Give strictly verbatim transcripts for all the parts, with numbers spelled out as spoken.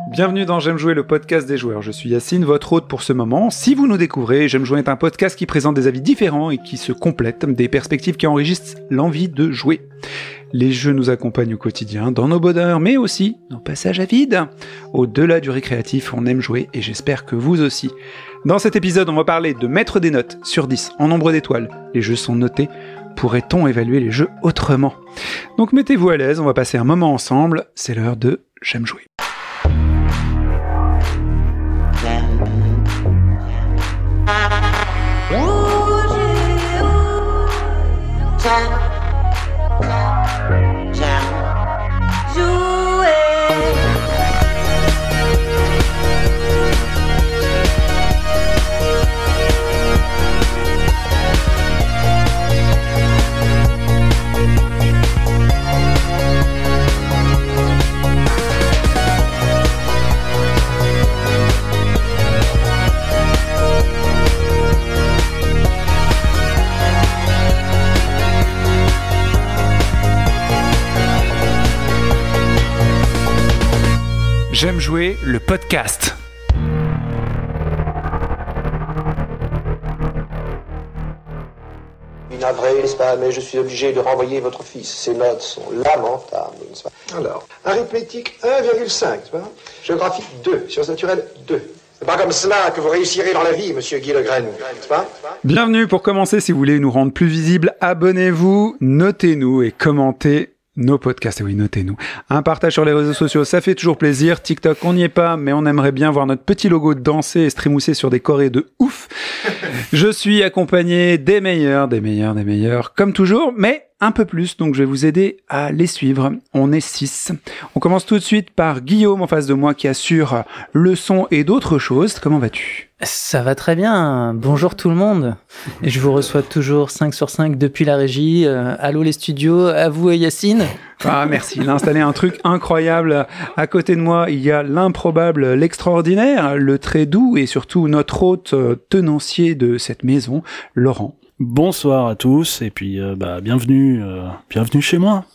Bienvenue dans J'aime jouer, le podcast des joueurs. Je suis Yacine, votre hôte pour ce moment. Si vous nous découvrez, J'aime jouer est un podcast qui présente des avis différents et qui se complètent, des perspectives qui enrichissent l'envie de jouer. Les jeux nous accompagnent au quotidien, dans nos bonheurs, mais aussi nos passages à vide. Au-delà du récréatif, on aime jouer et j'espère que vous aussi. Dans cet épisode, on va parler de mettre des notes sur dix en nombre d'étoiles. Les jeux sont notés. Pourrait-on évaluer les jeux autrement ? Donc mettez-vous à l'aise, on va passer un moment ensemble. C'est l'heure de J'aime jouer. J'aime jouer, le podcast. Navré, n'est-ce pas, mais je suis obligé de renvoyer votre fils. Ses notes sont lamentables, n'est-ce pas ? Alors, arithmétique un virgule cinq, n'est-ce pas ? Géographie deux, sciences naturelles deux. C'est pas comme cela que vous réussirez dans la vie, monsieur Guy Legren, n'est-ce pas ? Bienvenue, pour commencer, si vous voulez nous rendre plus visibles, abonnez-vous, notez-nous et commentez nos podcasts. Et oui, notez-nous. Un partage sur les réseaux sociaux, ça fait toujours plaisir. TikTok, on n'y est pas, mais on aimerait bien voir notre petit logo danser et streamousser sur des chorés de ouf. Je suis accompagné des meilleurs, des meilleurs, des meilleurs, comme toujours, mais un peu plus, donc je vais vous aider à les suivre. On est six. On commence tout de suite par Guillaume en face de moi qui assure le son et d'autres choses. Comment vas-tu ? Ça va très bien. Bonjour tout le monde. Et je vous reçois toujours cinq sur cinq depuis la régie. Euh, allô les studios, à vous et Yacine. Ah merci, il a installé un truc incroyable. À côté de moi, il y a l'improbable, l'extraordinaire, le très doux et surtout notre hôte euh, tenancier de cette maison, Laurent. Bonsoir à tous et puis euh, bah bienvenue euh, bienvenue chez moi.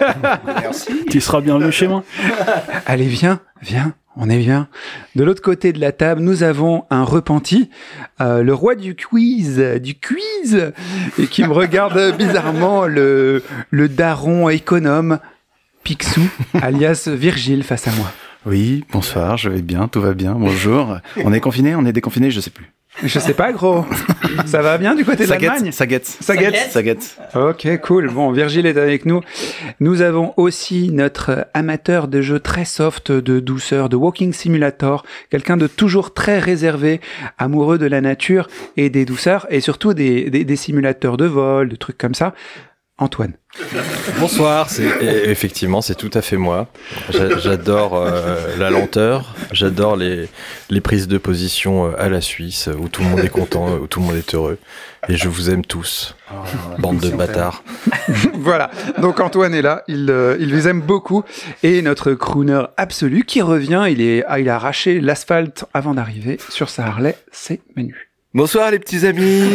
Merci. Tu seras bienvenu chez moi. Allez, viens, viens, on est bien. De l'autre côté de la table, nous avons un repenti, euh, le roi du quiz, du quiz, et qui me regarde bizarrement, le le daron économe Picsou, alias Virgile, face à moi. Oui, bonsoir, je vais bien, tout va bien, bonjour. On est confiné, on est déconfiné, je sais plus. Je sais pas, gros. Ça va bien du côté de ça l'Allemagne ? guette, ça guette. Ça guette. Ça guette. Ok, cool. Bon, Virgile est avec nous. Nous avons aussi notre amateur de jeux très soft, de douceur, de walking simulator, quelqu'un de toujours très réservé, amoureux de la nature et des douceurs, et surtout des, des, des simulateurs de vol, de trucs comme ça. Antoine. Bonsoir, c'est, effectivement, c'est tout à fait moi. J'a, j'adore euh, la lenteur, j'adore les, les prises de position à la Suisse, où tout le monde est content, où tout le monde est heureux. Et je vous aime tous, oh, bande de bâtards. Voilà, donc Antoine est là, il, euh, il les aime beaucoup. Et notre crooner absolu qui revient, il, est, ah, il a arraché l'asphalte avant d'arriver sur sa Harley, c'est Manu. Bonsoir les petits amis.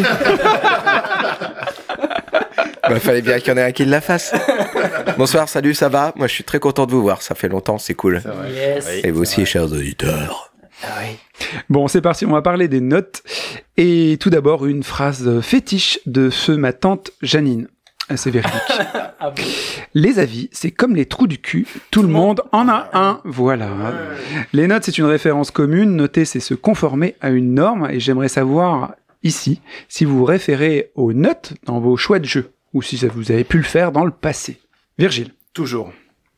Bah, fallait bien qu'il y en ait un qui la fasse. Bonsoir, salut, ça va ? Moi, je suis très content de vous voir. Ça fait longtemps, c'est cool. C'est yes. Et vous aussi, chers auditeurs. Ah oui. Bon, c'est parti, on va parler des notes. Et tout d'abord, une phrase fétiche de feu ma tante Janine. C'est véridique. Ah bon ? Les avis, c'est comme les trous du cul. Tout le monde en a un. Voilà. Les notes, c'est une référence commune. Noter, c'est se conformer à une norme. Et j'aimerais savoir, ici, si vous vous référez aux notes dans vos choix de jeu. Ou si ça vous avez pu le faire dans le passé. Virgile. Toujours. Quoi ?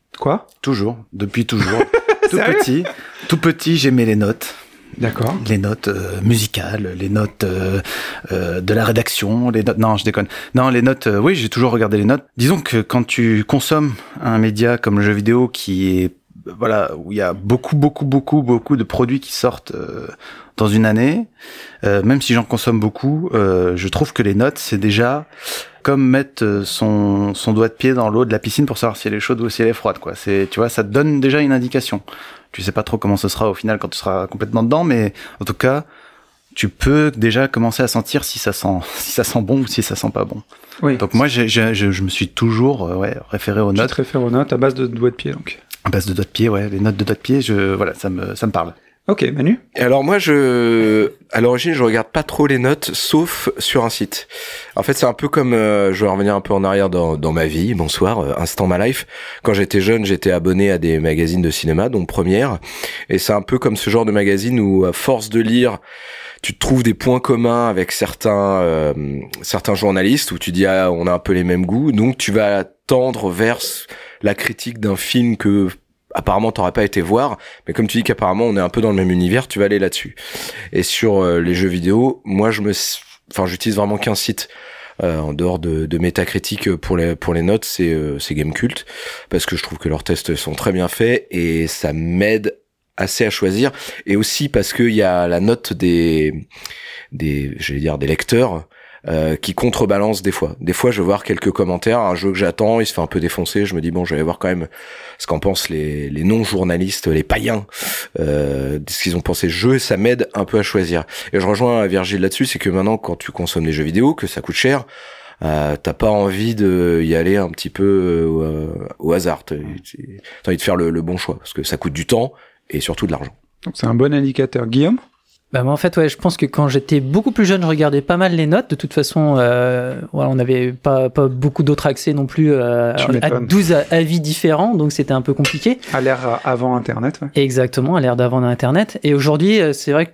Toujours. Depuis toujours. Tout Sérieux ? petit. Tout petit, j'aimais les notes. D'accord. Les notes euh, musicales, les notes euh, euh, de la rédaction, les notes... Non, je déconne. Non, les notes... Euh, oui, j'ai toujours regardé les notes. Disons que quand tu consommes un média comme le jeu vidéo qui est... Voilà, où il y a beaucoup, beaucoup, beaucoup, beaucoup de produits qui sortent euh, dans une année, euh, même si j'en consomme beaucoup, euh, je trouve que les notes, c'est déjà... comme mettre son, son doigt de pied dans l'eau de la piscine pour savoir si elle est chaude ou si elle est froide, quoi. C'est, tu vois, ça te donne déjà une indication. Tu sais pas trop comment ce sera au final quand tu seras complètement dedans, mais en tout cas, tu peux déjà commencer à sentir si ça sent, si ça sent bon ou si ça sent pas bon. Oui. Donc moi, j'ai, j'ai, je, je me suis toujours, euh, ouais, référé aux Tu notes. te réfères aux notes à base de doigts de pied, donc. À base de doigts de pied, ouais, les notes de doigts de pied, je, voilà, ça me, ça me parle. Ok, Manu. Et alors moi, je, à l'origine, je regarde pas trop les notes, sauf sur un site. En fait, c'est un peu comme, euh, je vais revenir un peu en arrière dans, dans ma vie. Bonsoir, euh, Instant My Life. Quand j'étais jeune, j'étais abonné à des magazines de cinéma, dont Première. Et c'est un peu comme ce genre de magazine où, à force de lire, tu trouves des points communs avec certains, euh, certains journalistes où tu dis, ah, on a un peu les mêmes goûts. Donc, tu vas tendre vers la critique d'un film que apparemment t'aurais pas été voir, mais comme tu dis qu'apparemment on est un peu dans le même univers, tu vas aller là-dessus. Et sur euh, les jeux vidéo, moi je me, enfin j'utilise vraiment qu'un site euh, en dehors de, de Metacritic pour les pour les notes, c'est euh, c'est Gamecult, parce que je trouve que leurs tests sont très bien faits et ça m'aide assez à choisir, et aussi parce que il y a la note des des, j'allais dire des lecteurs. Euh, qui contrebalance des fois. Des fois, je vais voir quelques commentaires, un jeu que j'attends, il se fait un peu défoncer, je me dis bon, je vais aller voir quand même ce qu'en pensent les, les non-journalistes, les païens, euh, ce qu'ils ont pensé jeu, ça m'aide un peu à choisir. Et je rejoins Virgile là-dessus, c'est que maintenant, quand tu consommes des jeux vidéo, que ça coûte cher, euh, t'as pas envie de y aller un petit peu euh, au hasard. T'as, t'as envie de faire le, le bon choix, parce que ça coûte du temps et surtout de l'argent. Donc c'est un bon indicateur. Guillaume ? Bah moi en fait ouais, je pense que quand j'étais beaucoup plus jeune, je regardais pas mal les notes. De toute façon, euh, voilà, on n'avait pas pas beaucoup d'autres accès non plus euh, à douze avis différents, donc c'était un peu compliqué. À l'ère avant Internet. Ouais. Exactement, à l'ère d'avant Internet. Et aujourd'hui, c'est vrai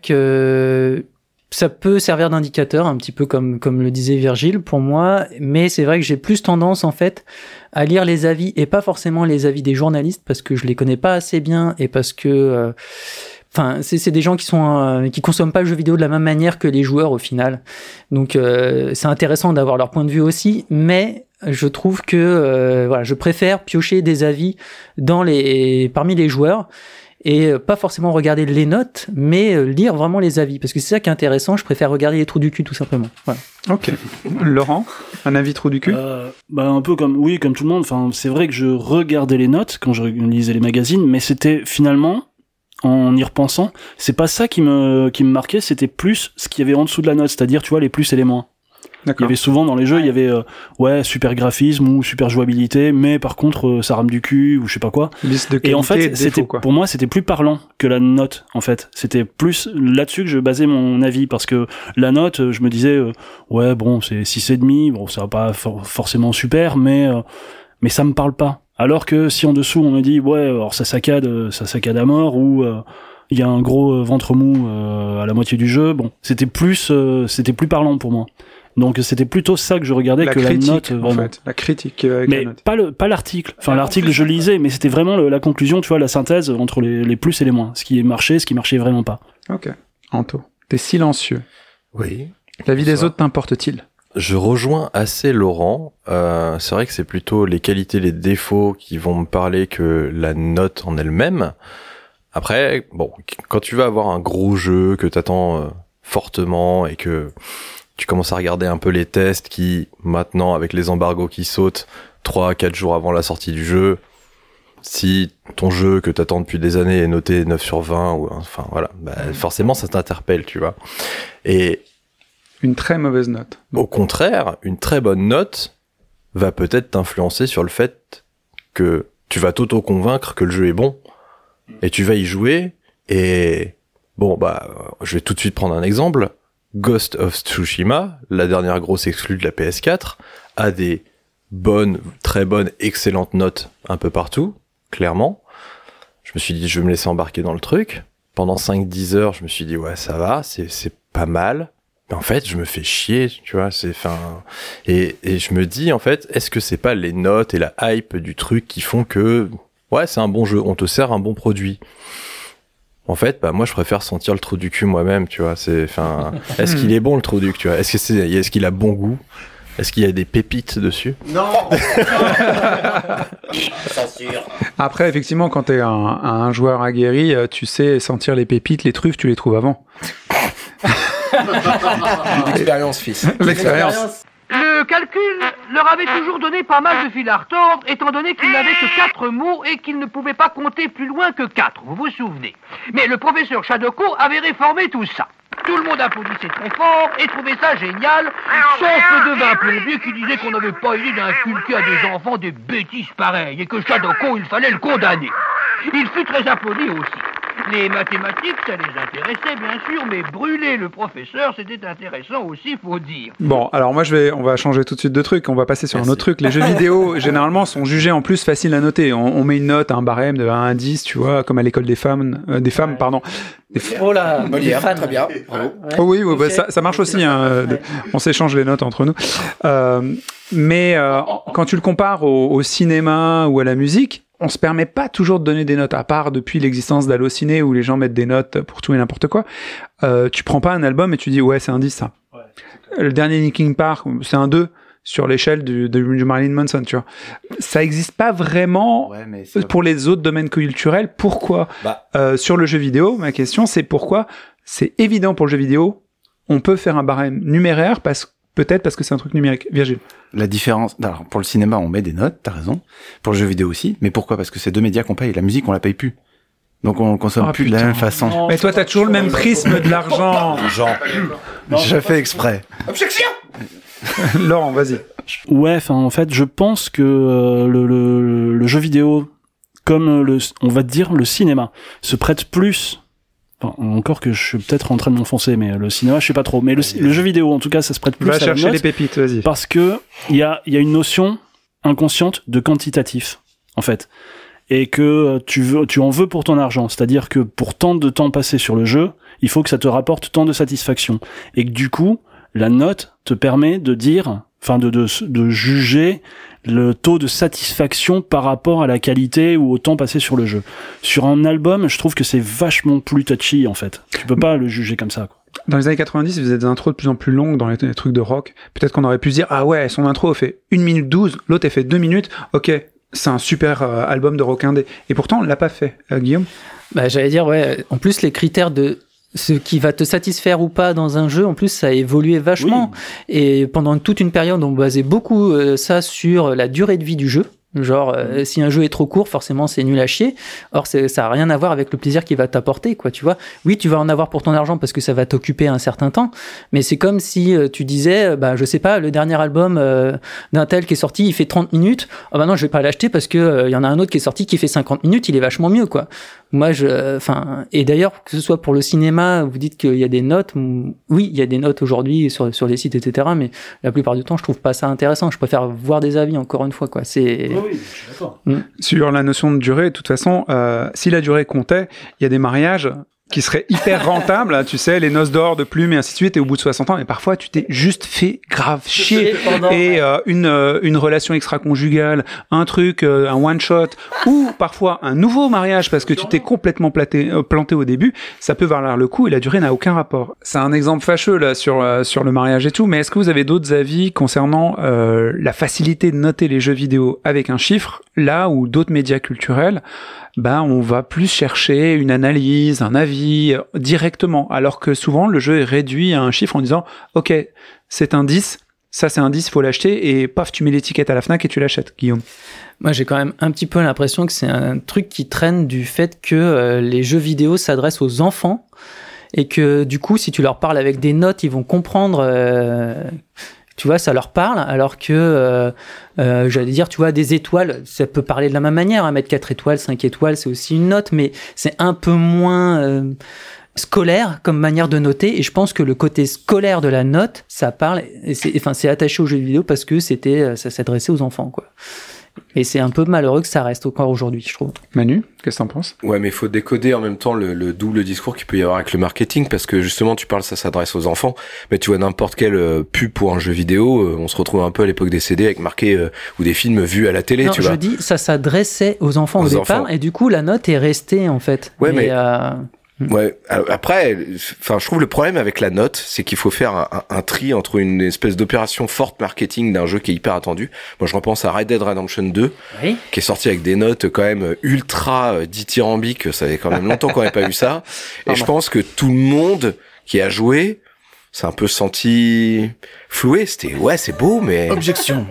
que ça peut servir d'indicateur, un petit peu comme comme le disait Virgile pour moi. Mais c'est vrai que j'ai plus tendance en fait à lire les avis et pas forcément les avis des journalistes parce que je les connais pas assez bien et parce que euh, Enfin, c'est, c'est des gens qui sont euh, qui consomment pas le jeu vidéo de la même manière que les joueurs au final. Donc euh, c'est intéressant d'avoir leur point de vue aussi, mais je trouve que euh, voilà, je préfère piocher des avis dans les parmi les joueurs et pas forcément regarder les notes, mais lire vraiment les avis parce que c'est ça qui est intéressant. Je préfère regarder les trous du cul tout simplement. Voilà. Ok. Laurent, un avis trou du cul ? euh, Bah un peu comme oui, comme tout le monde. Enfin, c'est vrai que je regardais les notes quand je lisais les magazines, mais c'était finalement en y repensant, c'est pas ça qui me qui me marquait, c'était plus ce qu'il y avait en dessous de la note, c'est-à-dire tu vois les plus et les moins. D'accord. Il y avait souvent dans les jeux, il y avait euh, ouais super graphisme ou super jouabilité, mais par contre euh, ça rame du cul ou je sais pas quoi. Liste de qualité, et en fait, défaut, c'était quoi. Pour moi, c'était plus parlant que la note. En fait, c'était plus là-dessus que je basais mon avis parce que la note, je me disais euh, ouais bon c'est six et demi, bon ça va pas for- forcément super, mais euh, mais ça me parle pas. Alors que si en dessous on me dit ouais alors ça saccade ça saccade à mort ou il euh, y a un gros euh, ventre mou euh, à la moitié du jeu, bon c'était plus euh, c'était plus parlant pour moi. Donc c'était plutôt ça que je regardais la que critique, la note en vraiment. fait. La critique avec mais la note. pas le pas l'article. Enfin l'article je lisais mais c'était vraiment le, la conclusion, tu vois, la synthèse entre les, les plus et les moins, ce qui marchait, ce qui marchait vraiment pas. OK. Anto, t'es silencieux. Oui. L'avis des autres t'importe-t-il ? Je rejoins assez Laurent. Euh, c'est vrai que c'est plutôt les qualités, les défauts qui vont me parler que la note en elle-même. Après, bon, quand tu vas avoir un gros jeu que t'attends euh, fortement et que tu commences à regarder un peu les tests qui, maintenant, avec les embargos qui sautent trois à quatre jours avant la sortie du jeu, si ton jeu que t'attends depuis des années est noté neuf sur vingt, ou enfin voilà, bah, forcément ça t'interpelle, tu vois. Et une très mauvaise note. Au contraire, une très bonne note va peut-être t'influencer sur le fait que tu vas t'auto-convaincre que le jeu est bon et tu vas y jouer et bon bah je vais tout de suite prendre un exemple. Ghost of Tsushima, la dernière grosse exclue de la P S quatre, a des bonnes, très bonnes, excellentes notes un peu partout, clairement. Je me suis dit je vais me laisser embarquer dans le truc. Pendant cinq dix heures, je me suis dit ouais ça va, c'est c'est pas mal. En fait, je me fais chier, tu vois, c'est, enfin, et, et je me dis, en fait, est-ce que c'est pas les notes et la hype du truc qui font que, ouais, c'est un bon jeu, on te sert un bon produit. En fait, bah, moi, je préfère sentir le trou du cul moi-même, tu vois, c'est, enfin, est-ce qu'il est bon le trou du cul, tu vois, est-ce que c'est, est-ce qu'il a bon goût? Est-ce qu'il y a des pépites dessus? Non. Censure. Après, effectivement, quand t'es un, un joueur aguerri, tu sais sentir les pépites, les truffes, tu les trouves avant. L'expérience, fils. L'expérience. Le calcul leur avait toujours donné pas mal de fil à retordre, étant donné qu'ils n'avaient que quatre mots et qu'ils ne pouvaient pas compter plus loin que quatre, vous vous souvenez. Mais le professeur Shadoko avait réformé tout ça. Tout le monde applaudissait très fort et trouvait ça génial, sauf le devin plombier qui disait qu'on n'avait pas idée d'inculquer à des enfants des bêtises pareilles et que Shadoko, il fallait le condamner. Il fut très applaudi aussi. Les mathématiques, ça les intéressait bien sûr, mais brûler le professeur, c'était intéressant aussi, faut dire. Bon, alors moi je vais, on va changer tout de suite de truc, on va passer sur Merci. un autre truc. Les jeux vidéo, généralement, sont jugés en plus faciles à noter. On, on met une note, un barème de un à dix, tu vois, comme à l'école des femmes, euh, des femmes, ouais. pardon. Des f... Oh là, Molière, très bien. Bravo. Ouais. Oh oui, oui okay. bah, ça, ça marche aussi. Hein, ouais. On s'échange les notes entre nous. Euh, mais euh, quand tu le compares au, au cinéma ou à la musique, on se permet pas toujours de donner des notes, à part depuis l'existence d'Allociné où les gens mettent des notes pour tout et n'importe quoi. Euh, tu prends pas un album et tu dis ouais c'est un dix ça. Ouais, le dernier Linkin Park c'est un deux sur l'échelle du, du, du Marilyn Manson, tu vois. Ça existe pas vraiment ouais, mais pour les autres domaines culturels. Pourquoi bah. euh, sur le jeu vidéo, ma question c'est pourquoi c'est évident pour le jeu vidéo, on peut faire un barème numéraire parce que peut-être parce que c'est un truc numérique. Virgile. La différence, alors pour le cinéma, on met des notes, t'as raison. Pour le jeu vidéo aussi. Mais pourquoi ? Parce que c'est deux médias qu'on paye. La musique, on la paye plus. Donc on le consomme oh, plus putain. de la même façon. Non, mais toi, t'as toujours le même prisme de l'argent. Genre. Je fais exprès. Objection. Laurent, vas-y. Ouais, enfin, en fait, je pense que euh, le, le, le jeu vidéo, comme le, on va dire le cinéma, se prête plus. Enfin, encore que je suis peut-être en train de m'enfoncer, mais le cinéma, je sais pas trop. Mais le, le jeu vidéo, en tout cas, ça se prête plus Va à chercher la note les pépites, vas-y. Parce que il y a, il y a une notion inconsciente de quantitatif, en fait. Et que tu veux, tu en veux pour ton argent. C'est-à-dire que pour tant de temps passé sur le jeu, il faut que ça te rapporte tant de satisfaction. Et que du coup, la note te permet de dire, enfin, de, de, de juger le taux de satisfaction par rapport à la qualité ou au temps passé sur le jeu. Sur un album, je trouve que c'est vachement plus touchy, en fait. Tu peux pas le juger comme ça, quoi. Dans les années quatre-vingt-dix, ils faisaient des intros de plus en plus longues dans les, les trucs de rock. Peut-être qu'on aurait pu se dire, ah ouais, son intro fait une minute douze, l'autre elle fait deux minutes, ok, c'est un super euh, album de rock indé. Et pourtant, on l'a pas fait. Euh, Guillaume ? Bah, j'allais dire, ouais, en plus, les critères de ce qui va te satisfaire ou pas dans un jeu, en plus, ça a évolué vachement. Oui. Et pendant toute une période, on basait beaucoup euh, ça sur la durée de vie du jeu. Genre, euh, si un jeu est trop court, forcément, c'est nul à chier. Or, c'est, ça a rien à voir avec le plaisir qu'il va t'apporter, quoi, tu vois. Oui, tu vas en avoir pour ton argent parce que ça va t'occuper un certain temps. Mais c'est comme si euh, tu disais, bah, je sais pas, le dernier album euh, d'un tel qui est sorti, il fait trente minutes. Ah bah non, je vais pas l'acheter parce que euh, y en a un autre qui est sorti qui fait cinquante minutes, il est vachement mieux, quoi. Moi, je, enfin, et d'ailleurs, que ce soit pour le cinéma, vous dites qu'il y a des notes. Oui, il y a des notes aujourd'hui sur, sur les sites, et cetera. Mais la plupart du temps, je trouve pas ça intéressant. Je préfère voir des avis, encore une fois, quoi. C'est, oui, je suis d'accord. Mm. Sur la notion de durée, de toute façon, euh, si la durée comptait, il y a des mariages qui seraient hyper rentables, tu sais, les noces d'or de plumes et ainsi de suite, et au bout de soixante ans, et parfois tu t'es juste fait grave chier, et euh, une, euh, une relation extra-conjugale, un truc, euh, un one-shot, ou parfois un nouveau mariage, parce que tu t'es complètement platé, euh, planté au début, ça peut valoir le coup, et la durée n'a aucun rapport. C'est un exemple fâcheux, là, sur, euh, sur le mariage et tout, mais est-ce que vous avez d'autres avis concernant euh, la facilité de noter les jeux vidéo avec un chiffre, là où d'autres médias culturels, ben on va plus chercher une analyse, un avis euh, directement, alors que souvent le jeu est réduit à un chiffre en disant ok, c'est un dix, ça c'est un dix, faut l'acheter, et paf, tu mets l'étiquette à la Fnac et tu l'achètes. Guillaume? Moi j'ai quand même un petit peu l'impression que c'est un truc qui traîne du fait que euh, les jeux vidéo s'adressent aux enfants, et que du coup si tu leur parles avec des notes, ils vont comprendre... Euh Tu vois, ça leur parle, alors que, euh, euh, j'allais dire, tu vois, des étoiles, ça peut parler de la même manière, hein, mettre quatre étoiles, cinq étoiles, c'est aussi une note, mais c'est un peu moins euh, scolaire comme manière de noter, et je pense que le côté scolaire de la note, ça parle, et c'est, enfin, c'est attaché aux jeux vidéo parce que c'était, ça s'adressait aux enfants, quoi. Et c'est un peu malheureux que ça reste encore aujourd'hui, je trouve. Manu, qu'est-ce que t'en penses ? Ouais, mais il faut décoder en même temps le, le double discours qu'il peut y avoir avec le marketing, parce que justement, tu parles, ça s'adresse aux enfants, mais tu vois n'importe quelle euh, pub pour un jeu vidéo, euh, on se retrouve un peu à l'époque des C D avec marqué, euh, ou des films vus à la télé, non, tu je vois. Je dis, ça s'adressait aux enfants aux au départ, enfants. Et du coup, la note est restée, en fait. Ouais, et, mais... Euh... Ouais. Alors après, enfin, je trouve le problème avec la note, c'est qu'il faut faire un, un, un tri entre une espèce d'opération forte marketing d'un jeu qui est hyper attendu. Moi, je repense à Red Dead Redemption deux, oui. qui est sorti avec des notes quand même ultra dithyrambiques. Ça fait quand même longtemps qu'on n'avait pas vu ça. Et ah, je pense que tout le monde qui a joué, s'est un peu senti floué. C'était, ouais, c'est beau, mais... Objection.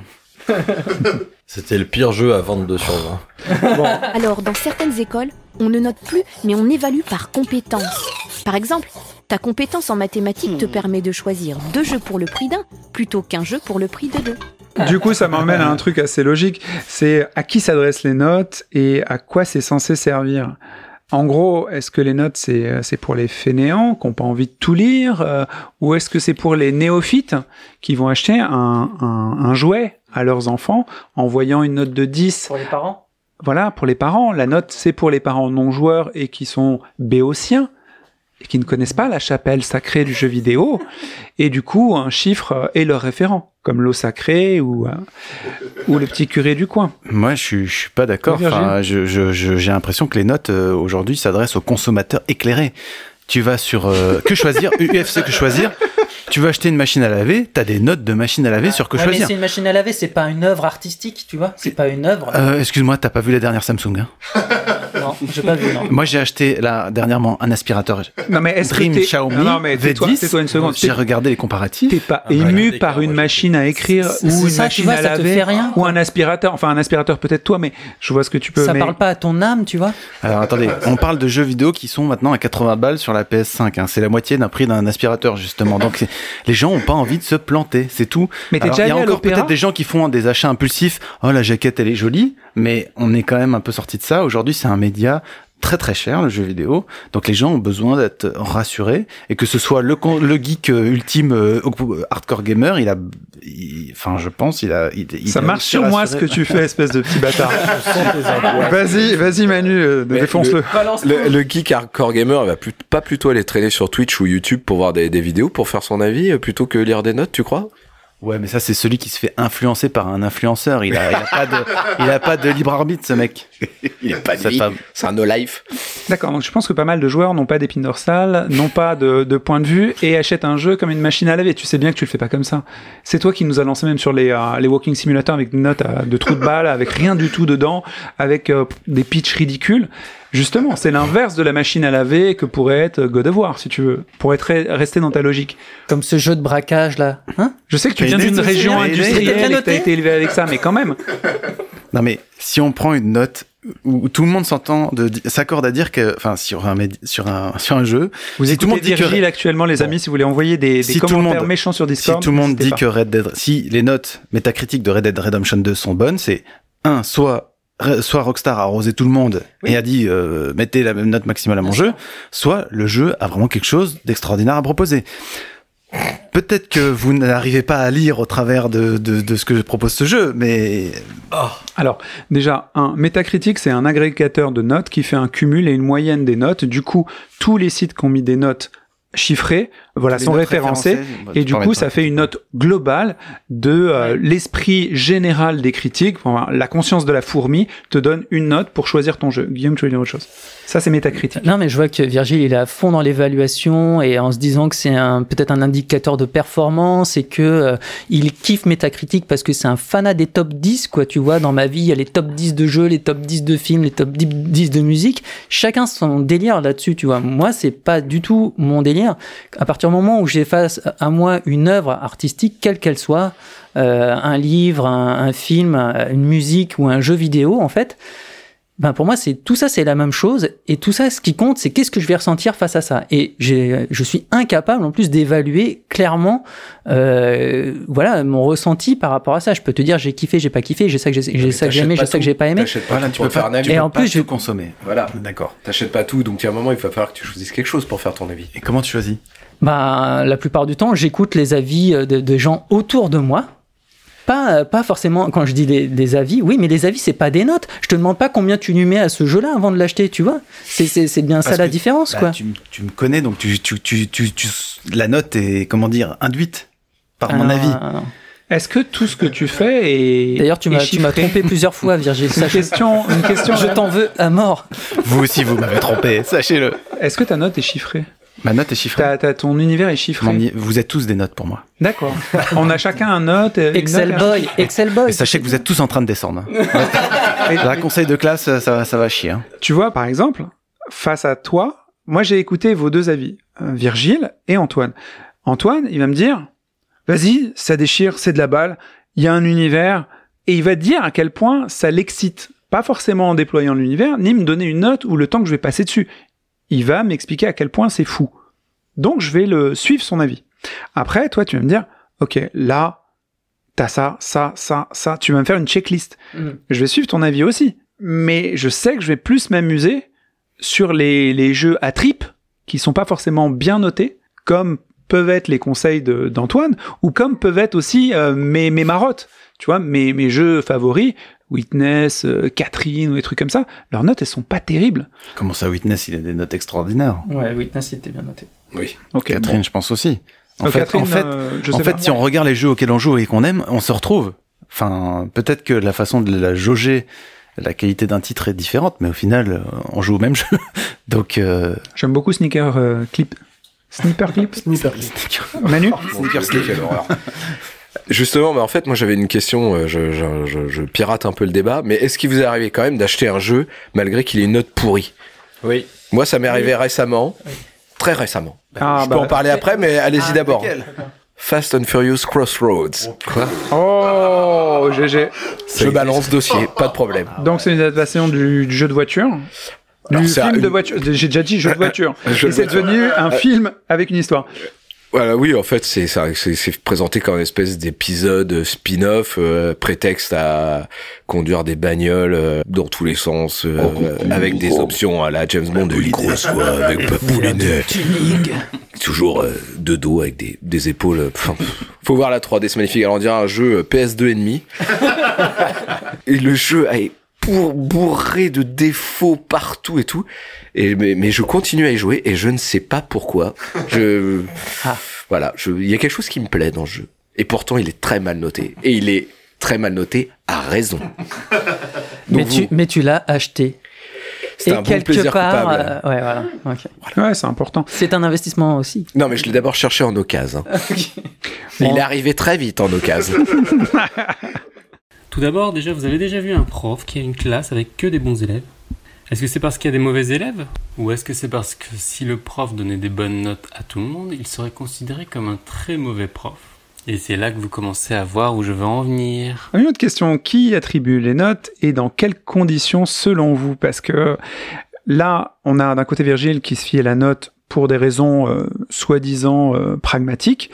C'était le pire jeu à vingt-deux sur vingt. Bon. Alors, dans certaines écoles, on ne note plus, mais on évalue par compétence. Par exemple, ta compétence en mathématiques te permet de choisir deux jeux pour le prix d'un, plutôt qu'un jeu pour le prix de deux. Du coup, ça m'emmène à un truc assez logique. C'est à qui s'adressent les notes et à quoi c'est censé servir. En gros, est-ce que les notes, c'est, c'est pour les fainéants qui n'ont pas envie de tout lire euh, ou est-ce que c'est pour les néophytes qui vont acheter un, un, un jouet à leurs enfants en voyant une note de dix? Pour les parents? Voilà, pour les parents. La note, c'est pour les parents non-joueurs et qui sont béotiens et qui ne connaissent pas la chapelle sacrée du jeu vidéo. Et du coup, un chiffre est leur référent, comme l'eau sacrée ou, euh, ou le petit curé du coin. Moi, je suis, je suis pas d'accord. Enfin, je, je, je, j'ai l'impression que les notes, euh, aujourd'hui, s'adressent aux consommateurs éclairés. Tu vas sur euh, Que choisir, U F C Que choisir. Tu veux acheter une machine à laver, t'as des notes de machine à laver sur Que ouais, choisir. Mais c'est une machine à laver, c'est pas une œuvre artistique, tu vois. C'est pas une œuvre. Euh, excuse-moi, t'as pas vu la dernière Samsung, hein? Non, j'ai pas vu, non. Moi, j'ai acheté, là, dernièrement, un aspirateur. Non, mais est-ce Dream que t'es... Xiaomi non, non, mais V dix. tais-toi, tais-toi une seconde. J'ai regardé les comparatifs. T'es pas Ah, ému bah, par une machine à écrire C'est- ou c'est une ça, tu machine vois, à ça te laver fait rien, ou quoi. un aspirateur. Enfin, un aspirateur peut-être toi, mais je vois ce que tu peux. Ça mais... parle pas à ton âme, tu vois. Alors, attendez, on parle de jeux vidéo qui sont maintenant à quatre-vingts balles sur la P S cinq, hein. C'est la moitié d'un prix d'un aspirateur, justement. Donc, c'est- les gens ont pas envie de se planter, c'est tout. Mais t'es Alors, déjà il y a allé à encore l'opéra peut-être des gens qui font des achats impulsifs. Oh, la jaquette, elle est jolie. Mais on est quand même un peu sorti de ça. Aujourd'hui, c'est un média très très cher, le jeu vidéo. Donc les gens ont besoin d'être rassurés, et que ce soit le con- le geek euh, ultime euh, hardcore gamer, il a, il- enfin je pense, il a, il, il Ça a marche sur moi ce que tu fais, espèce de petit bâtard. Vas-y, vas-y Manu, euh, Mais défonce-le. Le, le geek hardcore gamer, il va plus, pas plutôt aller traîner sur Twitch ou YouTube pour voir des, des vidéos, pour faire son avis, euh, plutôt que lire des notes, tu crois? Ouais, mais ça c'est celui qui se fait influencer par un influenceur. Il a, il a pas de, il a pas de libre arbitre, ce mec. Il a pas de C'est vie, pas- c'est un no-life. D'accord, donc je pense que pas mal de joueurs n'ont pas d'épine dorsale, n'ont pas de, de point de vue et achètent un jeu comme une machine à laver. Tu sais bien que tu le fais pas comme ça. C'est toi qui nous as lancé même sur les, euh, les walking simulators avec des notes à, de trous de balles, avec rien du tout dedans, avec euh, des pitchs ridicules. Justement, c'est l'inverse de la machine à laver que pourrait être God of War, si tu veux, pour être resté dans ta logique. Comme ce jeu de braquage là. Hein? Je sais que tu Mais viens il est d'une aussi, région mais il est- industrielle il est bien et que t'as noté. été élevé avec ça, mais quand même. Non mais si on prend une note où tout le monde s'entend, de, s'accorde à dire que, enfin sur un médi- sur un sur un jeu, Vous si écoutez tout le monde dit que Virgile actuellement, les amis, si vous voulez envoyer des, des Si tout le commentaires monde- méchants sur si Discord. tout le monde n'hésitez dit pas. que Red Dead, si les notes métacritiques de Red Dead Redemption deux sont bonnes, c'est un soit soit Rockstar a arrosé tout le monde et a dit euh, mettez la même note maximale à mon jeu, soit le jeu a vraiment quelque chose d'extraordinaire à proposer. Peut-être que vous n'arrivez pas à lire au travers de, de, de ce que propose ce jeu, mais Alors, déjà, un Metacritic, c'est un agrégateur de notes qui fait un cumul et une moyenne des notes. Du coup, tous les sites qui ont mis des notes chiffrées, voilà, les sont notes référencés. bah, Et tu du peux en coup, mettre ça un. fait une note globale de euh, l'esprit général des critiques. Enfin, la conscience de la fourmi te donne une note pour choisir ton jeu. Guillaume, tu veux dire autre chose? Ça, c'est Metacritic. Non, mais je vois que Virgile, il est à fond dans l'évaluation et en se disant que c'est un, peut-être un indicateur de performance et que euh, il kiffe Metacritic parce que c'est un fanat des top dix, quoi. Tu vois, dans ma vie, il y a les top dix de jeux, les top dix de films, les top dix de musique. Chacun son délire là-dessus, tu vois. Moi, c'est pas du tout mon délire. À partir du moment où j'ai face à moi une œuvre artistique, quelle qu'elle soit, euh, un livre, un, un film, une musique ou un jeu vidéo, en fait, ben pour moi, c'est tout ça, c'est la même chose. Et tout ça, ce qui compte, c'est qu'est-ce que je vais ressentir face à ça. Et j'ai, je suis incapable, en plus, d'évaluer clairement, euh, voilà, mon ressenti par rapport à ça. Je peux te dire, j'ai kiffé, j'ai pas kiffé, j'ai ça que j'ai, j'ai ça que j'ai aimé, j'ai ça que j'ai pas aimé. T'achètes pas voilà, tout tu pour peux faire pas, un avis. tu Et peux en pas plus, tout je- consommer. Voilà. D'accord. T'achètes pas tout, donc il y a un moment, il va falloir que tu choisisses quelque chose pour faire ton avis. Et comment tu choisis? Bah, la plupart du temps, j'écoute les avis de, de gens autour de moi. Pas, pas forcément, quand je dis des, des avis, oui, mais les avis, c'est pas des notes. Je te demande pas combien tu lui mets à ce jeu-là avant de l'acheter, tu vois. C'est, c'est, c'est bien Parce ça la que, différence, bah, quoi. Tu, m- tu me connais, donc tu, tu, tu, tu, tu- la note est, comment dire, induite par mon Ah, avis. ah, non. Est-ce que tout ce que tu fais est D'ailleurs, tu est m'as, tu m'as chiffré? trompé plusieurs fois, Virgile. C'est une Sache- question, une question. je t'en veux à mort. Vous aussi, vous m'avez trompé, sachez-le. Est-ce que ta note est chiffrée? Ma note est chiffrée. T'as, t'as- ton univers est chiffré. Mon i- Vous êtes tous des notes pour moi. D'accord. On a chacun un note. une Excel note- Boy, Excel Boy. Et sachez que vous êtes tous en train de descendre. hein. La conseil de classe, ça, va- ça va chier. hein. Tu vois, par exemple, face à toi, moi j'ai écouté vos deux avis, euh, Virgile et Antoine. Antoine, il va me dire, vas-y, ça déchire, c'est de la balle, il y a un univers, et il va te dire à quel point ça l'excite. Pas forcément en déployant l'univers, ni me donner une note ou le temps que je vais passer dessus. Il va m'expliquer à quel point c'est fou. Donc je vais le suivre son avis. Après, toi, tu vas me dire, ok, là, t'as ça, ça, ça, ça. Tu vas me faire une checklist. Mm. Je vais suivre ton avis aussi. Mais je sais que je vais plus m'amuser sur les, les jeux à trip qui sont pas forcément bien notés, comme peuvent être les conseils de, d'Antoine, ou comme peuvent être aussi euh, mes, mes marottes. Tu vois, mes, mes jeux favoris, Witness, euh, Catherine, ou des trucs comme ça, leurs notes, elles sont pas terribles. Comment ça, Witness, il a des notes extraordinaires. Ouais, Witness, il était bien noté. Oui. Ok, Catherine, bon. je pense aussi. En Euh, fait, Catherine, en fait, euh, je en sais fait pas. si on regarde les jeux auxquels on joue et qu'on aime, on se retrouve. Enfin, peut-être que la façon de la jauger, la qualité d'un titre est différente, mais au final, euh, on joue au même jeu. Donc, euh... J'aime beaucoup Sneaker euh, Clip. Sniper Clip Sniper Clip. Manu Sneaker Clip, quelle horreur. Justement, mais en fait, moi j'avais une question, euh, je, je, je, je pirate un peu le débat, mais est-ce qu'il vous est arrivé quand même d'acheter un jeu malgré qu'il ait une note pourrie ? Oui. Moi, ça m'est arrivé récemment, très récemment. Ah, je bah, peux en parler après, mais allez-y d'abord. Fast and Furious Crossroads. Quoi ? Oh, G G. Je balance dossier, pas de problème. Donc c'est une adaptation du, du jeu de voiture. Alors, Du c'est film une- de voiture. J'ai déjà dit jeu de voiture. Un jeu Et de c'est voiture. devenu un film avec une histoire. Voilà, oui, en fait, c'est ça, c'est, c'est présenté comme une espèce d'épisode spin-off, euh, prétexte à conduire des bagnoles euh, dans tous les sens, euh, avec des options à la James Bond, de grosse voix, avec papoulinet, toujours euh, de dos avec des, des épaules. euh, pff, pff. Faut voir la trois D, c'est magnifique. Alors on dirait un jeu euh, P S deux et demi. Et le jeu est pour bourré de défauts partout et tout. Et mais, mais je continue à y jouer et je ne sais pas pourquoi. Je Ah. voilà, je il y a quelque chose qui me plaît dans le jeu. Et pourtant, il est très mal noté. Et il est très mal noté à raison. Mais Donc tu, vous- mais tu l'as acheté. c'est Et un bon quelque plaisir part, coupable. euh, ouais, voilà. ok. Ouais, c'est important. C'est un investissement aussi. Non, mais je l'ai d'abord cherché en occasion. Mais Bon. il est arrivé très vite en occasion. Tout d'abord, déjà, vous avez déjà vu un prof qui a une classe avec que des bons élèves ? Est-ce que c'est parce qu'il y a des mauvais élèves ? Ou est-ce que c'est parce que si le prof donnait des bonnes notes à tout le monde, il serait considéré comme un très mauvais prof ? Et c'est là que vous commencez à voir où je veux en venir. Une autre question, qui attribue les notes et dans quelles conditions selon vous ? Parce que là, on a d'un côté Virgile qui se fie à la note pour des raisons euh, soi-disant euh, pragmatiques.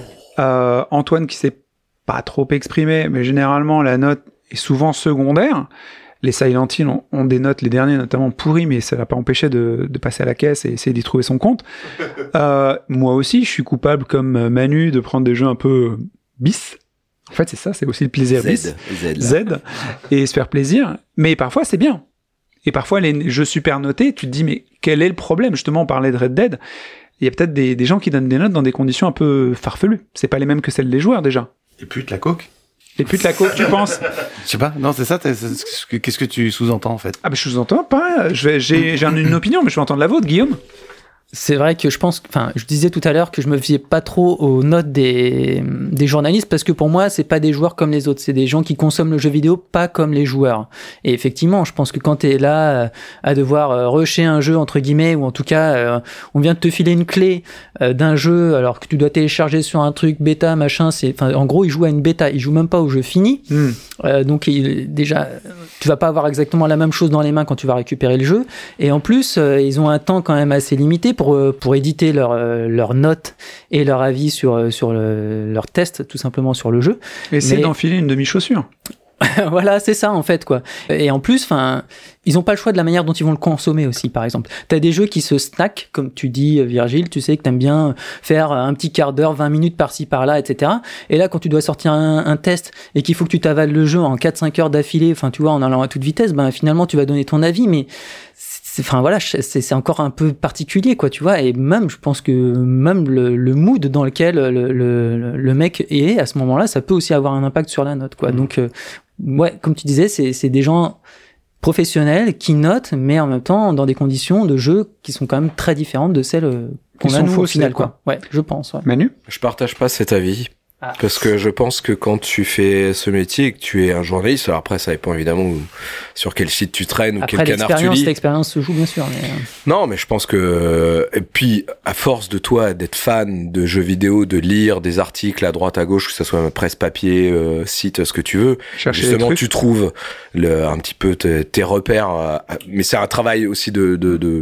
Euh, Antoine qui s'est pas trop exprimé, mais généralement la note est souvent secondaire. Les Silent Hill ont, ont des notes, les derniers notamment pourris, mais ça l'a pas empêché de, de passer à la caisse et essayer d'y trouver son compte. Euh, moi aussi, je suis coupable comme Manu de prendre des jeux un peu bis. En fait, c'est ça, c'est aussi le plaisir bis. Z, Z. Z, et se faire plaisir. Mais parfois, c'est bien. Et parfois, les jeux super notés, tu te dis, mais quel est le problème ? Justement, on parlait de Red Dead. Il y a peut-être des, des gens qui donnent des notes dans des conditions un peu farfelues. C'est pas les mêmes que celles des joueurs, déjà. Et pute, la coke. Les putes la coke, tu penses ? Je sais pas, non, c'est ça, t'es- c'est ce que- qu'est-ce que tu sous-entends en fait? Ah, ben, je vous entends pas. Je vais- J'ai j'ai une opinion, mais je vais entendre la vôtre, Guillaume. C'est vrai que je pense, enfin, je disais tout à l'heure que je me fiais pas trop aux notes des, des journalistes parce que pour moi, c'est pas des joueurs comme les autres, c'est des gens qui consomment le jeu vidéo pas comme les joueurs. Et effectivement, je pense que quand t'es là euh, à devoir euh, rusher un jeu entre guillemets ou en tout cas, euh, on vient de te filer une clé euh, d'un jeu alors que tu dois télécharger sur un truc bêta machin, c'est, enfin, en gros, ils jouent à une bêta, ils jouent même pas au jeu fini. Mm. Euh, donc il, déjà, tu vas pas avoir exactement la même chose dans les mains quand tu vas récupérer le jeu. Et en plus, euh, ils ont un temps quand même assez limité pour pour éditer leurs leurs notes et leur avis sur sur le, leur test tout simplement sur le jeu. Essaye Mais- d'enfiler une demi-chaussure. Voilà, c'est ça en fait quoi. Et en plus, enfin, ils ont pas le choix de la manière dont ils vont le consommer aussi. Par exemple, t'as des jeux qui se snackent, comme tu dis, Virgile. Tu sais que t'aimes bien faire un petit quart d'heure, vingt minutes par-ci par-là, et cetera. Et là, quand tu dois sortir un, un test et qu'il faut que tu t'avales le jeu en quatre cinq heures d'affilée, enfin, tu vois, en allant à toute vitesse, ben finalement, tu vas donner ton avis, mais c'est, enfin voilà, c'est, c'est encore un peu particulier, quoi, tu vois. Et même, je pense que même le, le mood dans lequel le, le, le mec est à ce moment-là, ça peut aussi avoir un impact sur la note, quoi. Donc euh, ouais, comme tu disais, c'est, c'est des gens professionnels qui notent, mais en même temps dans des conditions de jeu qui sont quand même très différentes de celles euh, qu'on Qui a sont nous au faussées, final, quoi. quoi. Ouais, je pense. Ouais. Manu ? Je partage pas cet avis. Ah. Parce que je pense que quand tu fais ce métier et que tu es un journaliste, alors après ça dépend évidemment où- sur quel site tu traînes ou Après quel canard tu l'expérience, lis. l'expérience se joue bien sûr. Mais, euh, Non, mais je pense que et puis à force de toi d'être fan de jeux vidéo, de lire des articles à droite à gauche, que ce soit presse papier, euh, site, ce que tu veux, Chercher des justement trucs. tu trouves le, un petit peu tes, tes repères. euh, mais c'est un travail aussi de, de, de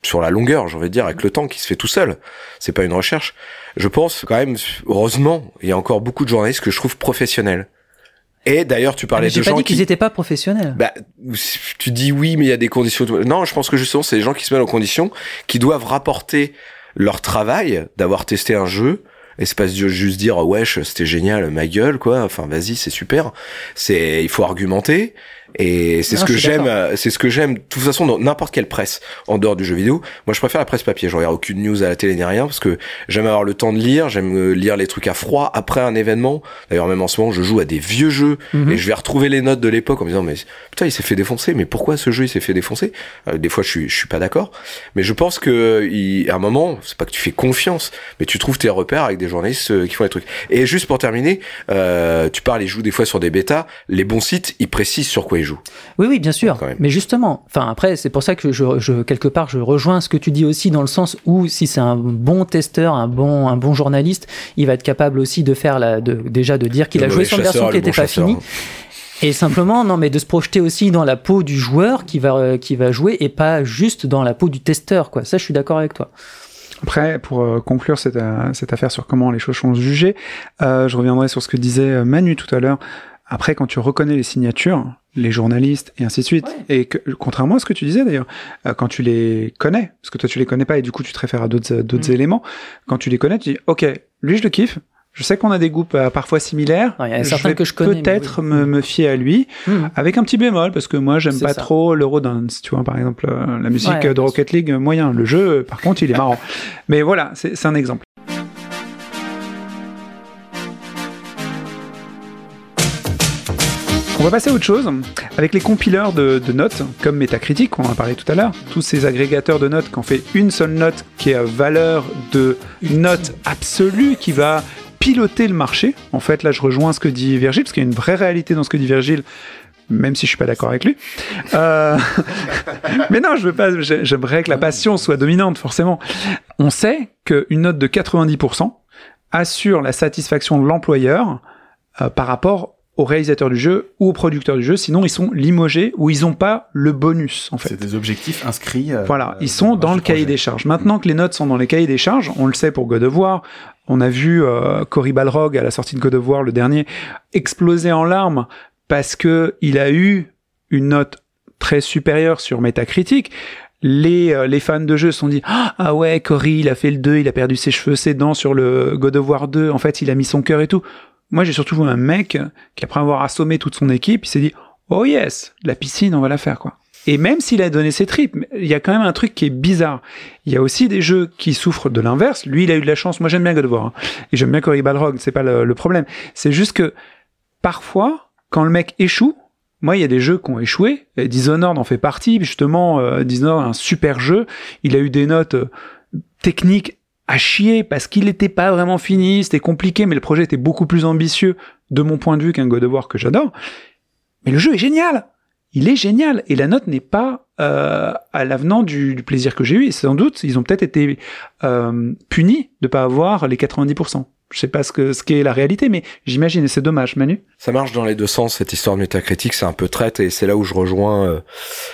sur la longueur, j'ai envie de dire, avec le temps qui se fait tout seul. C'est pas une recherche. Je pense quand même, heureusement, il y a encore beaucoup de journalistes que je trouve professionnels. Et d'ailleurs, tu parlais ah, de gens qui... J'ai pas dit qu'ils étaient pas professionnels. Bah, tu dis oui, mais il y a des conditions... Non, je pense que justement, c'est les gens qui se mettent en condition, qui doivent rapporter leur travail, d'avoir testé un jeu, et c'est pas juste dire, oh, wesh, c'était génial, ma gueule, quoi. Enfin, vas-y, c'est super. C'est, il faut argumenter. Et c'est non, ce que j'aime, d'accord. c'est ce que j'aime, de toute façon, dans n'importe quelle presse, en dehors du jeu vidéo. Moi, je préfère la presse papier. Je regarde aucune news à la télé ni rien, parce que j'aime avoir le temps de lire, j'aime lire les trucs à froid après un événement. D'ailleurs, même en ce moment, je joue à des vieux jeux, mm-hmm. et je vais retrouver les notes de l'époque en me disant, mais putain, il s'est fait défoncer, mais pourquoi ce jeu, il s'est fait défoncer? euh, Des fois, je suis, je suis pas d'accord. Mais je pense que, il, à un moment, c'est pas que tu fais confiance, mais tu trouves tes repères avec des journalistes qui font les trucs. Et juste pour terminer, euh, tu parles, ils jouent des fois sur des bêtas, les bons sites, ils précisent sur quoi ils jouent. Oui, oui, bien sûr. Mais justement, enfin après, c'est pour ça que je, je quelque part, je rejoins ce que tu dis aussi dans le sens où si c'est un bon testeur, un bon, un bon journaliste, il va être capable aussi de faire la, de, déjà de dire qu'il le a joué sur une version qui n'était bon pas chasseur, finie. Hein. Et simplement, non, mais de se projeter aussi dans la peau du joueur qui va, qui va jouer et pas juste dans la peau du testeur, quoi. Ça, je suis d'accord avec toi. Après, pour euh, conclure cette, euh, cette affaire sur comment les choses sont jugées, euh, je reviendrai sur ce que disait Manu tout à l'heure. Après, quand tu reconnais les signatures, les journalistes et ainsi de suite, ouais. et que, contrairement à ce que tu disais d'ailleurs, euh, quand tu les connais, parce que toi tu les connais pas et du coup tu te réfères à d'autres d'autres mmh. éléments, quand tu les connais, tu dis ok, lui je le kiffe, je sais qu'on a des goûts euh, parfois similaires, ouais, je vais que je connais, peut-être oui. me, me fier à lui, mmh. avec un petit bémol, parce que moi j'aime C'est pas ça. trop l'Eurodance, tu vois, par exemple euh, la musique ouais, de Rocket League, moyen, le jeu par contre il est marrant, mais voilà, c'est, c'est un exemple. On va passer à autre chose, avec les compileurs de, de notes, comme Metacritic, on en a parlé tout à l'heure, tous ces agrégateurs de notes qui ont fait une seule note qui est à valeur de note absolue, qui va piloter le marché. En fait, là, je rejoins ce que dit Virgile, parce qu'il y a une vraie réalité dans ce que dit Virgile, même si je suis pas d'accord avec lui. Euh... Mais non, je veux pas, j'aimerais que la passion soit dominante, forcément. On sait qu'une note de quatre-vingt-dix pour cent assure la satisfaction de l'employeur euh, par rapport aux réalisateurs du jeu ou aux producteurs du jeu, sinon ils sont limogés ou ils n'ont pas le bonus, en fait. C'est des objectifs inscrits. Euh, voilà, ils sont dans le cahier projet. des charges. Maintenant que les notes sont dans les cahiers des charges, on le sait pour God of War, on a vu euh, Cory Balrog à la sortie de God of War, le dernier, exploser en larmes parce que il a eu une note très supérieure sur Metacritic. Les, euh, les fans de jeu se sont dit « Ah ouais, Cory, il a fait le deux, il a perdu ses cheveux, ses dents sur le God of War deux, en fait, il a mis son cœur et tout. » Moi, j'ai surtout vu un mec qui, après avoir assommé toute son équipe, il s'est dit « Oh yes, la piscine, on va la faire, quoi. » Et même s'il a donné ses tripes, il y a quand même un truc qui est bizarre. Il y a aussi des jeux qui souffrent de l'inverse. Lui, il a eu de la chance. Moi, j'aime bien God of War. Hein. Et j'aime bien Cory Balrog, c'est pas le, le problème. C'est juste que, parfois, quand le mec échoue, moi, il y a des jeux qui ont échoué. Et Dishonored en fait partie. Justement, euh, Dishonored, un super jeu. Il a eu des notes euh, techniques à chier parce qu'il n'était pas vraiment fini, c'était compliqué, mais le projet était beaucoup plus ambitieux de mon point de vue qu'un God of War que j'adore. Mais le jeu est génial, il est génial, et la note n'est pas euh, à l'avenant du, du plaisir que j'ai eu, et sans doute, ils ont peut-être été euh, punis de pas avoir les quatre-vingt-dix pour cent. Je sais pas ce que ce qu'est la réalité, mais j'imagine, et c'est dommage. Manu ? Ça marche dans les deux sens, cette histoire de Metacritic, c'est un peu traite, et c'est là où je rejoins... Euh...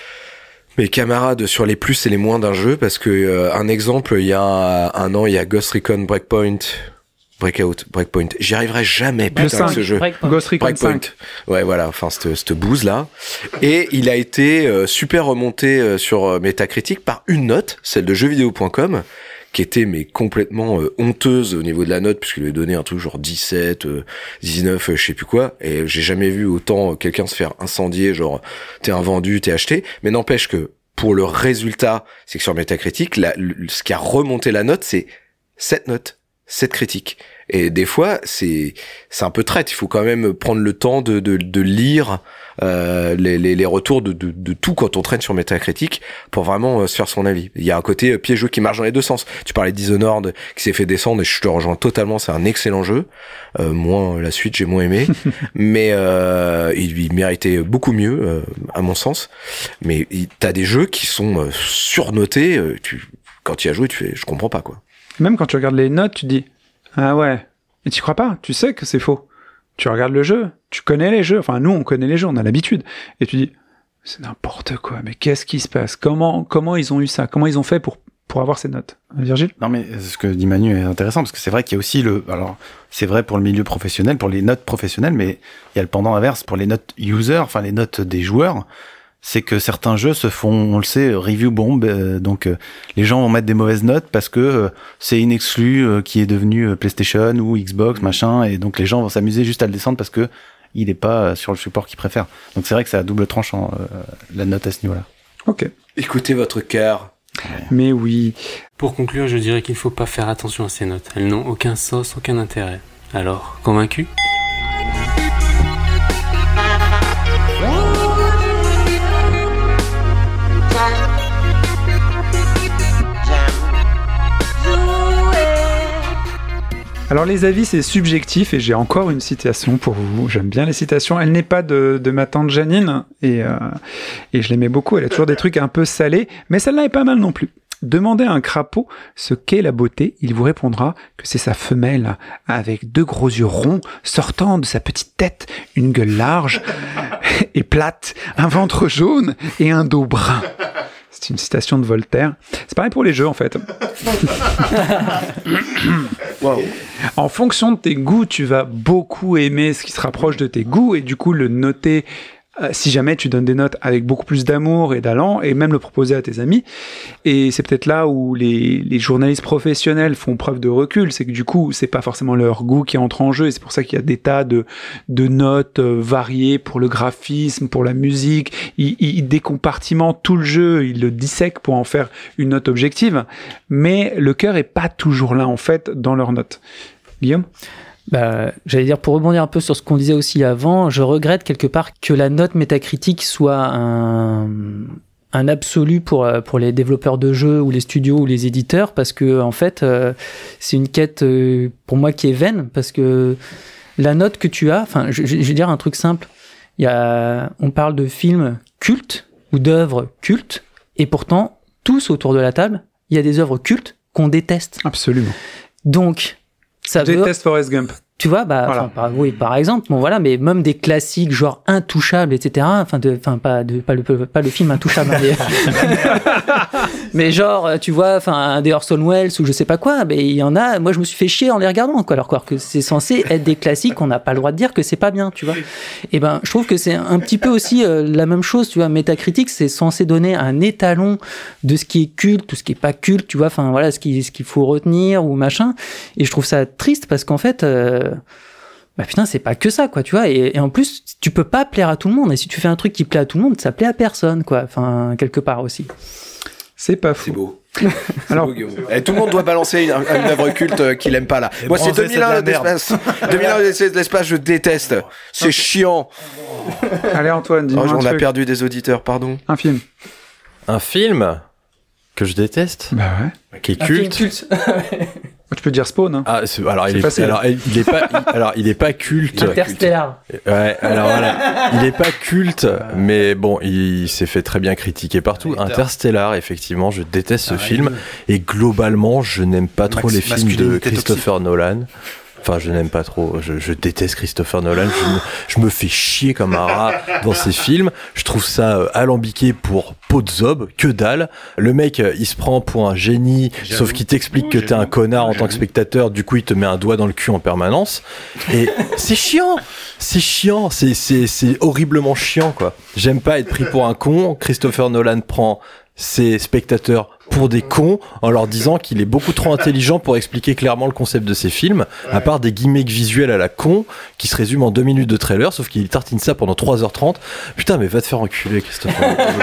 mes camarades sur les plus et les moins d'un jeu, parce que euh, un exemple, il y a un an, il y a Ghost Recon Breakpoint, Breakout, Breakpoint. J'y arriverai jamais, putain, avec ce jeu. Breakpoint. Ghost Recon Breakpoint. cinq. Ouais, voilà, enfin, cette, cette bouse là. Et il a été euh, super remonté euh, sur Metacritic par une note, celle de jeuxvideo point com, qui était mais complètement euh, honteuse au niveau de la note, puisqu'il lui a donné un truc genre dix-sept, euh, dix-neuf, euh, je sais plus quoi, et j'ai jamais vu autant euh, quelqu'un se faire incendier, genre t'es un vendu, t'es acheté, mais n'empêche que pour le résultat, c'est que sur Metacritic, la, le, ce qui a remonté la note, c'est cette note, cette critique. Et des fois, c'est c'est un peu traite. Il faut quand même prendre le temps de de, de lire euh, les, les les retours de, de de tout quand on traîne sur Metacritic pour vraiment euh, se faire son avis. Il y a un côté euh, piégeux qui marche dans les deux sens. Tu parlais de Dishonored qui s'est fait descendre et je te rejoins totalement. C'est un excellent jeu. Euh, moins la suite, j'ai moins aimé, mais euh, il, il méritait beaucoup mieux euh, à mon sens. Mais il, t'as des jeux qui sont euh, surnotés. Euh, tu quand tu y as joué, tu fais, je comprends pas quoi. Même quand tu regardes les notes, tu te dis ah ouais, et tu crois pas, tu sais que c'est faux. Tu regardes le jeu, tu connais les jeux, enfin nous on connaît les jeux, on a l'habitude, et tu dis C'est n'importe quoi. Mais qu'est-ce qui se passe? Comment, comment ils ont eu ça? Comment ils ont fait pour, pour avoir ces notes? Virgile? Non, mais ce que dit Manu est intéressant parce que c'est vrai qu'il y a aussi le, alors, c'est vrai pour le milieu professionnel, pour les notes professionnelles, mais il y a le pendant inverse pour les notes user, enfin, les notes des joueurs. C'est que certains jeux se font, on le sait, review bomb, euh, donc euh, les gens vont mettre des mauvaises notes parce que euh, c'est une exclue euh, qui est devenue euh, PlayStation ou Xbox, machin, et donc les gens vont s'amuser juste à le descendre parce que il est pas euh, sur le support qu'ils préfèrent. Donc c'est vrai que c'est à double tranchant euh, la note à ce niveau-là. Ok. Écoutez votre cœur. Mais oui. Pour conclure, je dirais qu'il ne faut pas faire attention à ces notes. Elles n'ont aucun sens, aucun intérêt. Alors, convaincu ? Alors les avis c'est subjectif et j'ai encore une citation pour vous. J'aime bien les citations. Elle n'est pas de, de ma tante Janine et, euh, et je l'aimais beaucoup. Elle a toujours des trucs un peu salés, mais celle-là est pas mal non plus. Demandez à un crapaud ce qu'est la beauté, il vous répondra que c'est sa femelle avec deux gros yeux ronds sortant de sa petite tête, une gueule large et plate, un ventre jaune et un dos brun. C'est une citation de Voltaire. C'est pareil pour les jeux, en fait. Wow. En fonction de tes goûts, tu vas beaucoup aimer ce qui se rapproche de tes goûts et du coup le noter. Euh, si jamais tu donnes des notes avec beaucoup plus d'amour et d'allant, et même le proposer à tes amis. Et c'est peut-être là où les, les journalistes professionnels font preuve de recul, c'est que du coup, c'est pas forcément leur goût qui entre en jeu, et c'est pour ça qu'il y a des tas de, de notes euh, variées pour le graphisme, pour la musique. Ils, ils décompartimentent tout le jeu, ils le dissèquent pour en faire une note objective, mais le cœur est pas toujours là, en fait, dans leurs notes. Guillaume ? Bah, j'allais dire, pour rebondir un peu sur ce qu'on disait aussi avant, je regrette quelque part que la note métacritique soit un, un absolu pour, pour les développeurs de jeux ou les studios ou les éditeurs, parce que en fait, euh, c'est une quête euh, pour moi qui est vaine, parce que la note que tu as, enfin, je, je vais dire un truc simple, il y a, on parle de films cultes ou d'œuvres cultes, et pourtant, tous autour de la table, il y a des œuvres cultes qu'on déteste. Absolument. Donc, ça Je veut... déteste Forrest Gump. Tu vois, bah, Voilà. enfin, par, oui, par exemple, bon voilà, mais même des classiques genre Intouchables, et cetera. Enfin, de, enfin, pas de, pas le, pas le film Intouchable, hein, mais, mais genre, tu vois, enfin, un des Orson Welles ou je sais pas quoi. Mais il y en a. Moi, je me suis fait chier en les regardant, quoi. Alors quoi, que c'est censé être des classiques, on n'a pas le droit de dire que c'est pas bien, tu vois. Et ben, je trouve que c'est un petit peu aussi euh, la même chose, tu vois. Métacritique, c'est censé donner un étalon de ce qui est culte, tout ce qui est pas culte, tu vois. Enfin, voilà, ce qui, ce qu'il faut retenir ou machin. Et je trouve ça triste parce qu'en fait. Euh, bah putain, c'est pas que ça, quoi, tu vois, et, et en plus, tu peux pas plaire à tout le monde, et si tu fais un truc qui plaît à tout le monde, ça plaît à personne, quoi, enfin, quelque part aussi. C'est pas faux. C'est beau. Alors, beau, et tout le monde doit balancer une, une œuvre culte qu'il aime pas là. Moi, c'est deux mille un d'espace. deux mille un d'espace, je déteste. C'est okay. Chiant. Allez, Antoine, dis-moi. Oh, un on truc. a perdu des auditeurs, pardon. Un film. Un film que je déteste. Bah ouais. Qui est un culte. Film culte. Tu peux dire Spawn. Hein. Ah, c'est, alors, c'est il est, facile. alors, il est pas, il, alors, il est pas culte. Interstellar. Ouais, alors voilà. Il est pas culte, mais bon, il, il s'est fait très bien critiquer partout. Interstellar, effectivement, je déteste ce ah, film. Et globalement, je n'aime pas trop Max, les films de Christopher toxique. Nolan. Enfin, je n'aime pas trop. Je, je déteste Christopher Nolan. Je me, je me fais chier comme un rat dans ses films. Je trouve ça euh, alambiqué pour peau de zob, que dalle. Le mec, euh, il se prend pour un génie, jaloux. Sauf qu'il t'explique que t'es un connard en tant que spectateur. Du coup, il te met un doigt dans le cul en permanence. Et c'est chiant. C'est chiant. C'est, c'est, c'est horriblement chiant, quoi. J'aime pas être pris pour un con. Christopher Nolan prend ses spectateurs pour des cons en leur disant qu'il est beaucoup trop intelligent pour expliquer clairement le concept de ses films, à part des gimmicks visuels à la con qui se résument en deux minutes de trailer, sauf qu'il tartine ça pendant trois heures trente. Putain, mais va te faire enculer, Christophe.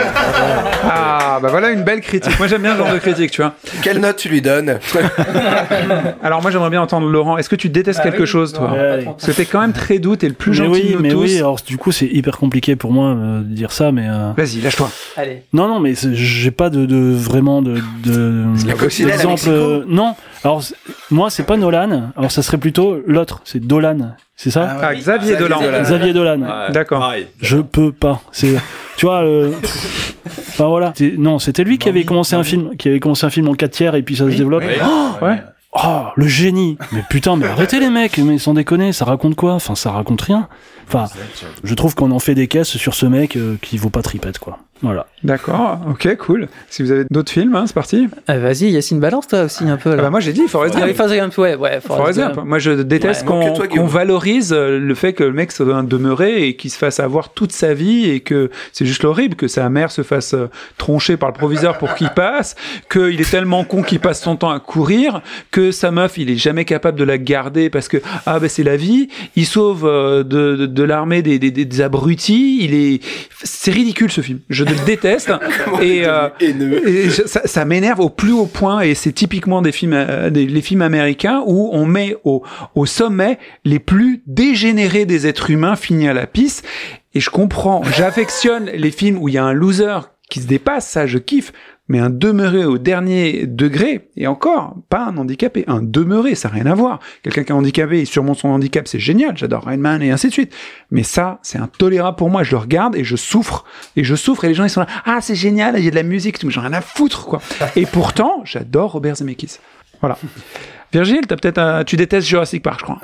Ah, bah voilà une belle critique. Moi, j'aime bien ce genre de critique, tu vois. Quelle note tu lui donnes? Alors, moi, j'aimerais bien entendre Laurent. Est-ce que tu détestes bah, quelque oui, chose, toi? Ouais, Parce que t'es quand même très doux, t'es le plus mais gentil oui, de nous mais tous. Oui, alors du coup, c'est hyper compliqué pour moi euh, de dire ça, mais... Euh... Vas-y, lâche-toi. Allez. Non, non, mais j'ai pas de, de vraiment de... de... Exemple, euh, non. Alors c- moi, c'est pas Nolan. Alors ça serait plutôt l'autre. C'est Dolan. C'est ça? Ah, ouais. Xavier ah, Dolan. Dolan. Xavier Dolan. Ouais, d'accord. Pareil. Je peux pas. C'est, tu vois. Euh... Enfin voilà. C'est... Non, c'était lui qui avait commencé un film, qui avait commencé un film en quatre tiers et puis ça oui, se développe. Oui. Oh ouais. oh, le génie. Mais putain, mais arrêtez les mecs, mais sans déconner, ça raconte quoi? Enfin, ça raconte rien. Enfin, je trouve qu'on en fait des caisses sur ce mec euh, qui vaut pas tripette, quoi. Voilà. D'accord, ok, cool. Si vous avez d'autres films, hein, c'est parti. Ah, vas-y, Yacine, balance toi aussi un peu. Là. Ah bah moi j'ai dit Forrest Gump. Forrest Gump, ouais, ouais. Forrest Gump. Moi je déteste Ouais, qu'on, toi, qu'on valorise le fait que le mec soit demeuré et qu'il se fasse avoir toute sa vie et que c'est juste horrible que sa mère se fasse troncher par le proviseur pour qu'il passe, qu'il est tellement con qu'il passe son temps à courir, que sa meuf il est jamais capable de la garder parce que ah bah c'est la vie. Il sauve euh, de, de, de l'armée des, des, des abrutis. Il est, c'est ridicule ce film. Je le déteste. Et, euh, et je, ça, ça m'énerve au plus haut point et c'est typiquement des films, euh, des, les films américains où on met au, au sommet les plus dégénérés des êtres humains finis à la pisse. Et je comprends, j'affectionne les films où il y a un loser qui se dépasse, ça je kiffe. Mais un demeuré au dernier degré, et encore, pas un handicapé, un demeuré, ça n'a rien à voir. Quelqu'un qui est handicapé, il surmonte son handicap, c'est génial, j'adore Rain Man et ainsi de suite. Mais ça, c'est intolérable pour moi, je le regarde et je souffre, et je souffre, et les gens ils sont là, ah c'est génial, il y a de la musique, mais j'en ai rien à foutre, quoi. Et pourtant, j'adore Robert Zemeckis. Voilà. Virgile, t'as peut-être un... tu détestes Jurassic Park, je crois.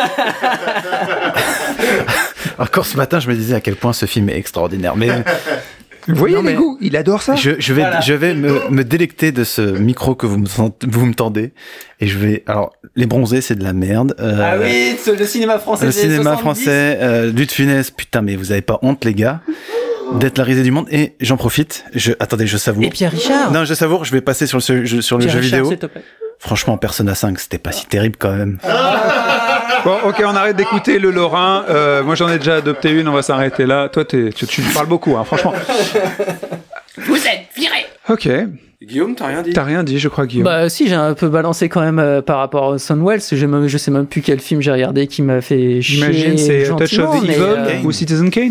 Encore ce matin, je me disais à quel point ce film est extraordinaire, mais... Vous voyez non, les goûts, il adore ça. Je, je vais, voilà. je vais me, me délecter de ce micro que vous me, vous me tendez, et je vais. Alors, Les Bronzés, c'est de la merde. Euh, ah oui, le cinéma français. Le cinéma soixante-dix. français, euh, Luc de Funès. Putain, mais vous avez pas honte, les gars, d'être la risée du monde. Et j'en profite. Je, attendez, je savoure. Et Pierre Richard. Non, je savoure. Je vais passer sur le jeu, sur le Pierre jeu Richard, vidéo. s'il te plaît. Franchement, Persona cinq, c'était pas si terrible quand même. Bon, ok, on arrête d'écouter le Lorrain. Euh, moi, j'en ai déjà adopté une, on va s'arrêter là. Toi, t'es, tu, tu parles beaucoup, hein, franchement. Vous êtes viré. Ok. Guillaume, t'as rien dit? T'as rien dit, je crois, Guillaume. Bah si, j'ai un peu balancé quand même euh, par rapport à Sunwell. Je, même, je sais même plus quel film j'ai regardé qui m'a fait chier. J'imagine c'est Touch of the Evil euh... ou Citizen Kane.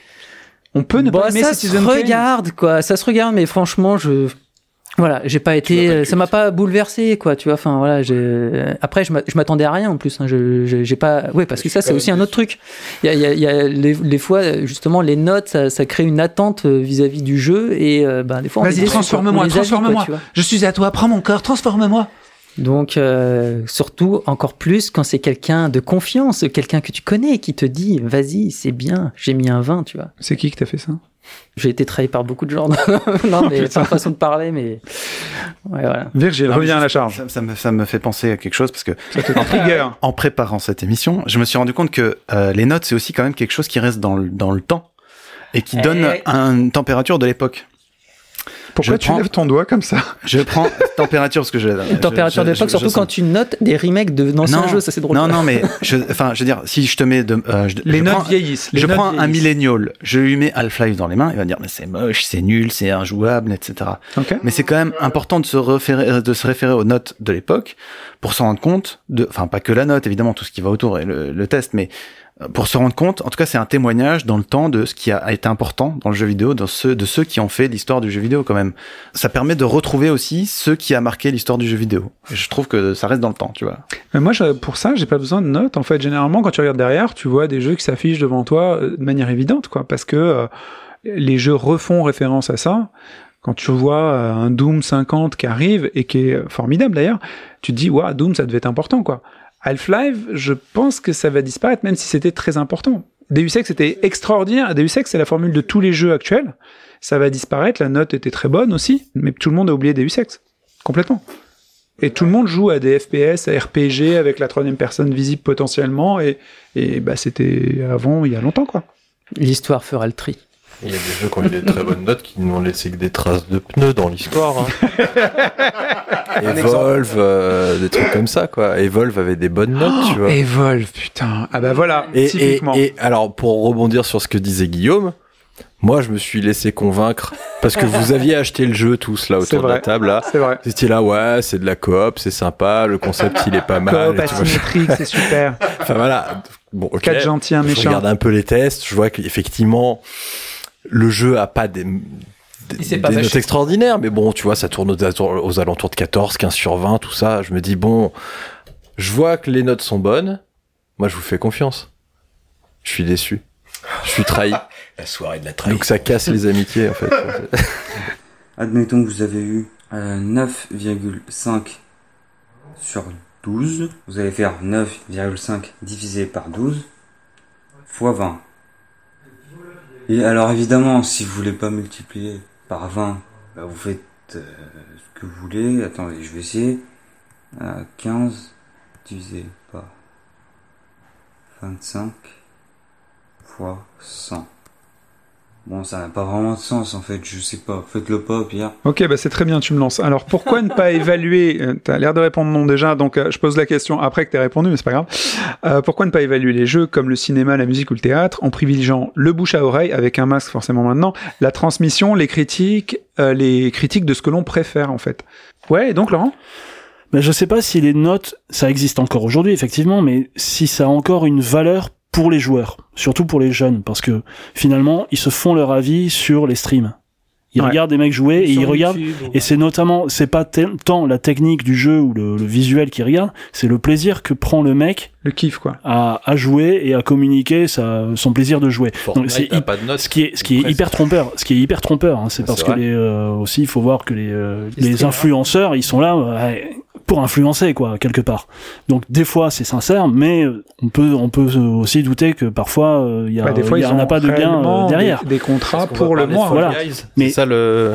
On peut ne bah, pas aimer ça Citizen se Kane. regarde, quoi. Ça se regarde, mais franchement, je... Voilà, j'ai pas été, pas ça m'a pas bouleversé, quoi, tu vois. Enfin, voilà, j'ai. Après, je m'attendais à rien en plus. Hein, je, j'ai pas. Oui, parce que ça, c'est aussi un autre truc. Il y a, il y a, il y a les, les fois, justement, les notes, ça, ça crée une attente vis-à-vis du jeu, et euh, ben des fois. Vas-y, transforme-moi, transforme-moi. Je suis à toi, prends mon cœur, transforme-moi. Donc, euh, surtout, encore plus quand c'est quelqu'un de confiance, quelqu'un que tu connais, qui te dit, vas-y, c'est bien, j'ai mis un vingt, tu vois. C'est qui qui t'a fait ça? J'ai été trahi par beaucoup de gens. Non, mais c'est une façon de parler, mais ouais, voilà. Virgile, reviens à la charge. Ça, ça, me, ça me fait penser à quelque chose parce que en, en préparant cette émission, je me suis rendu compte que euh, les notes, c'est aussi quand même quelque chose qui reste dans le, dans le temps et qui donne hey. une température de l'époque. Pourquoi je tu prends, lèves ton doigt comme ça? Je prends température parce que je. Une température je, je, d'époque, je, je, surtout je quand tu notes des remakes de d'anciens jeux, ça c'est drôle. Non, non, mais je, enfin, je veux dire, si je te mets de, euh, je, les je notes prends, vieillissent. Les je notes prends vieillissent. un millénial, je lui mets Half-Life dans les mains, il va dire mais c'est moche, c'est nul, c'est injouable, et cetera. Okay. Mais c'est quand même important de se référer, de se référer aux notes de l'époque pour s'en rendre compte de, enfin pas que la note évidemment, tout ce qui va autour et le, le test, mais pour se rendre compte, en tout cas, c'est un témoignage dans le temps de ce qui a été important dans le jeu vidéo, dans ceux, de ceux qui ont fait l'histoire du jeu vidéo quand même. Ça permet de retrouver aussi ceux qui a marqué l'histoire du jeu vidéo. Et je trouve que ça reste dans le temps, tu vois. Mais moi, pour ça, j'ai pas besoin de notes. En fait, généralement, quand tu regardes derrière, tu vois des jeux qui s'affichent devant toi de manière évidente, quoi, parce que euh, les jeux refont référence à ça. Quand tu vois euh, un Doom cinquante qui arrive et qui est formidable d'ailleurs, tu te dis, waouh, Doom, ça devait être important, quoi. Half-Life, je pense que ça va disparaître, même si c'était très important. Deus Ex était extraordinaire. Deus Ex, c'est la formule de tous les jeux actuels. Ça va disparaître, la note était très bonne aussi, mais tout le monde a oublié Deus Ex. Complètement. Et tout le monde joue à des F P S, à R P G, avec la troisième personne visible potentiellement, et, et bah, c'était avant, il y a longtemps, quoi. L'histoire fera le tri. Il y a des jeux qui ont eu des très bonnes notes qui n'ont laissé que des traces de pneus dans l'histoire. Hein. Evolve, euh, des trucs comme ça, quoi. Evolve avait des bonnes notes, oh, tu vois. Evolve, putain. Ah bah voilà, et, typiquement. Et, et alors, pour rebondir sur ce que disait Guillaume, moi, je me suis laissé convaincre parce que vous aviez acheté le jeu tous là autour de la table là. C'est vrai. Vous étiez là, ouais, c'est de la coop, c'est sympa, le concept il est pas mal. Coop asymétrique, c'est super. Enfin voilà. Bon, ok. Quatre gentils, un méchant. Je regarde un peu les tests, je vois qu'effectivement le jeu a pas des, des, des notes extraordinaires, mais bon, tu vois, ça tourne aux, aux alentours de quatorze, quinze sur vingt, tout ça. Je me dis, bon, je vois que les notes sont bonnes, moi je vous fais confiance. Je suis déçu. Je suis trahi. La soirée de la trahison. Donc ça casse les amitiés, en fait. Admettons que vous avez eu euh, neuf virgule cinq sur douze, vous allez faire neuf virgule cinq divisé par douze fois vingt. Et alors évidemment, si vous voulez pas multiplier par vingt, bah vous faites euh, ce que vous voulez. Attendez, je vais essayer. Euh, quinze divisé par vingt-cinq fois cent. Bon, ça n'a pas vraiment de sens en fait, je sais pas. Faites-le pas, Pierre. Ok, bah c'est très bien, tu me lances. Alors pourquoi ne pas évaluer, euh, t'as l'air de répondre non déjà, donc euh, je pose la question après que t'aies répondu, mais c'est pas grave. Euh, pourquoi ne pas évaluer les jeux comme le cinéma, la musique ou le théâtre en privilégiant le bouche à oreille, avec un masque forcément maintenant, la transmission, les critiques, euh, les critiques de ce que l'on préfère en fait. Ouais, et donc Laurent ? Ben, je sais pas si les notes, ça existe encore aujourd'hui effectivement, mais si ça a encore une valeur pour les joueurs, surtout pour les jeunes, parce que finalement, ils se font leur avis sur les streams. Ils ouais. regardent des mecs jouer et ils regardent, YouTube, et ouais. c'est notamment, c'est pas t- tant la technique du jeu ou le, le visuel qu'ils regardent, c'est le plaisir que prend le mec, le kiff quoi, à, à jouer et à communiquer sa, son plaisir de jouer. Fortnite, donc c'est hi- pas de notes, ce qui est, ce qui est hyper trompeur, ce qui est hyper trompeur, hein, c'est ah, parce c'est que les, euh, aussi, il faut voir que les, euh, les, les influenceurs, ils sont là, ouais, pour influencer quoi quelque part. Donc des fois c'est sincère, mais on peut on peut aussi douter que parfois il euh, y a bah, il y en a pas de gain euh, derrière. Des, des contrats pour le mois. Voilà. Mais c'est ça le.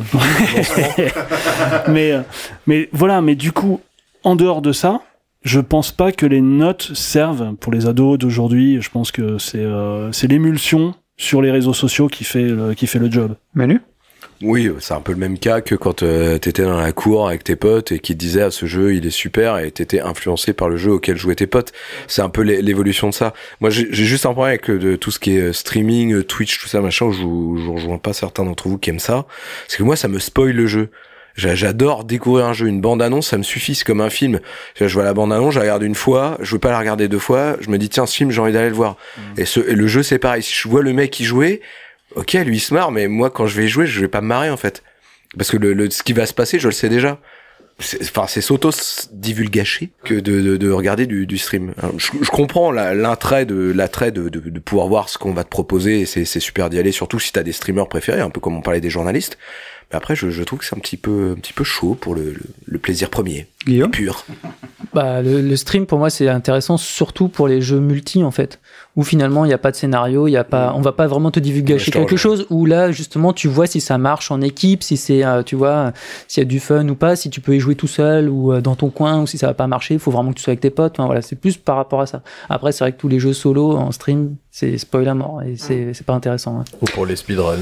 mais mais voilà, mais du coup en dehors de ça, je pense pas que les notes servent pour les ados d'aujourd'hui. Je pense que c'est euh, c'est l'émulsion sur les réseaux sociaux qui fait le, qui fait le job. Manu? Oui, c'est un peu le même cas que quand euh, t'étais dans la cour avec tes potes et qui te disaient ah, ce jeu il est super et t'étais influencé par le jeu auquel jouaient tes potes. C'est un peu l'évolution de ça. Moi j'ai, j'ai juste un problème avec de, tout ce qui est streaming, Twitch, tout ça machin, où je, je rejoins pas certains d'entre vous qui aiment ça. Parce que moi ça me spoil le jeu. J'adore découvrir un jeu, une bande-annonce, ça me suffit, c'est comme un film. Je vois la bande-annonce, je la regarde une fois, je veux pas la regarder deux fois, je me dis tiens ce film j'ai envie d'aller le voir. Mmh. Et, ce, et le jeu c'est pareil, si je vois le mec qui jouait, ok, lui il se marre, mais moi quand je vais jouer, je vais pas me marrer en fait, parce que le, le ce qui va se passer, je le sais déjà. Enfin, c'est, c'est s'auto-divulgacher que de, de, de regarder du, du stream. Alors, je, je comprends la, l'attrait de l'attrait de, de, de pouvoir voir ce qu'on va te proposer, et c'est, c'est super d'y aller, surtout si t'as des streamers préférés, un peu comme on parlait des journalistes. Mais après, je, je trouve que c'est un petit peu un petit peu chaud pour le, le, le plaisir premier, Guillaume pur. Bah, le, le stream pour moi c'est intéressant surtout pour les jeux multi en fait, où finalement il n'y a pas de scénario, il y a pas, on va pas vraiment te divulgacher quelque chose, où là justement tu vois si ça marche en équipe, si c'est euh, tu vois s'il y a du fun ou pas, si tu peux y jouer tout seul ou euh, dans ton coin, ou si ça va pas marcher, il faut vraiment que tu sois avec tes potes. Enfin, voilà, c'est plus par rapport à ça. Après c'est vrai que tous les jeux solo en stream c'est spoil à mort et c'est c'est pas intéressant. Hein. Ou pour les speedruns.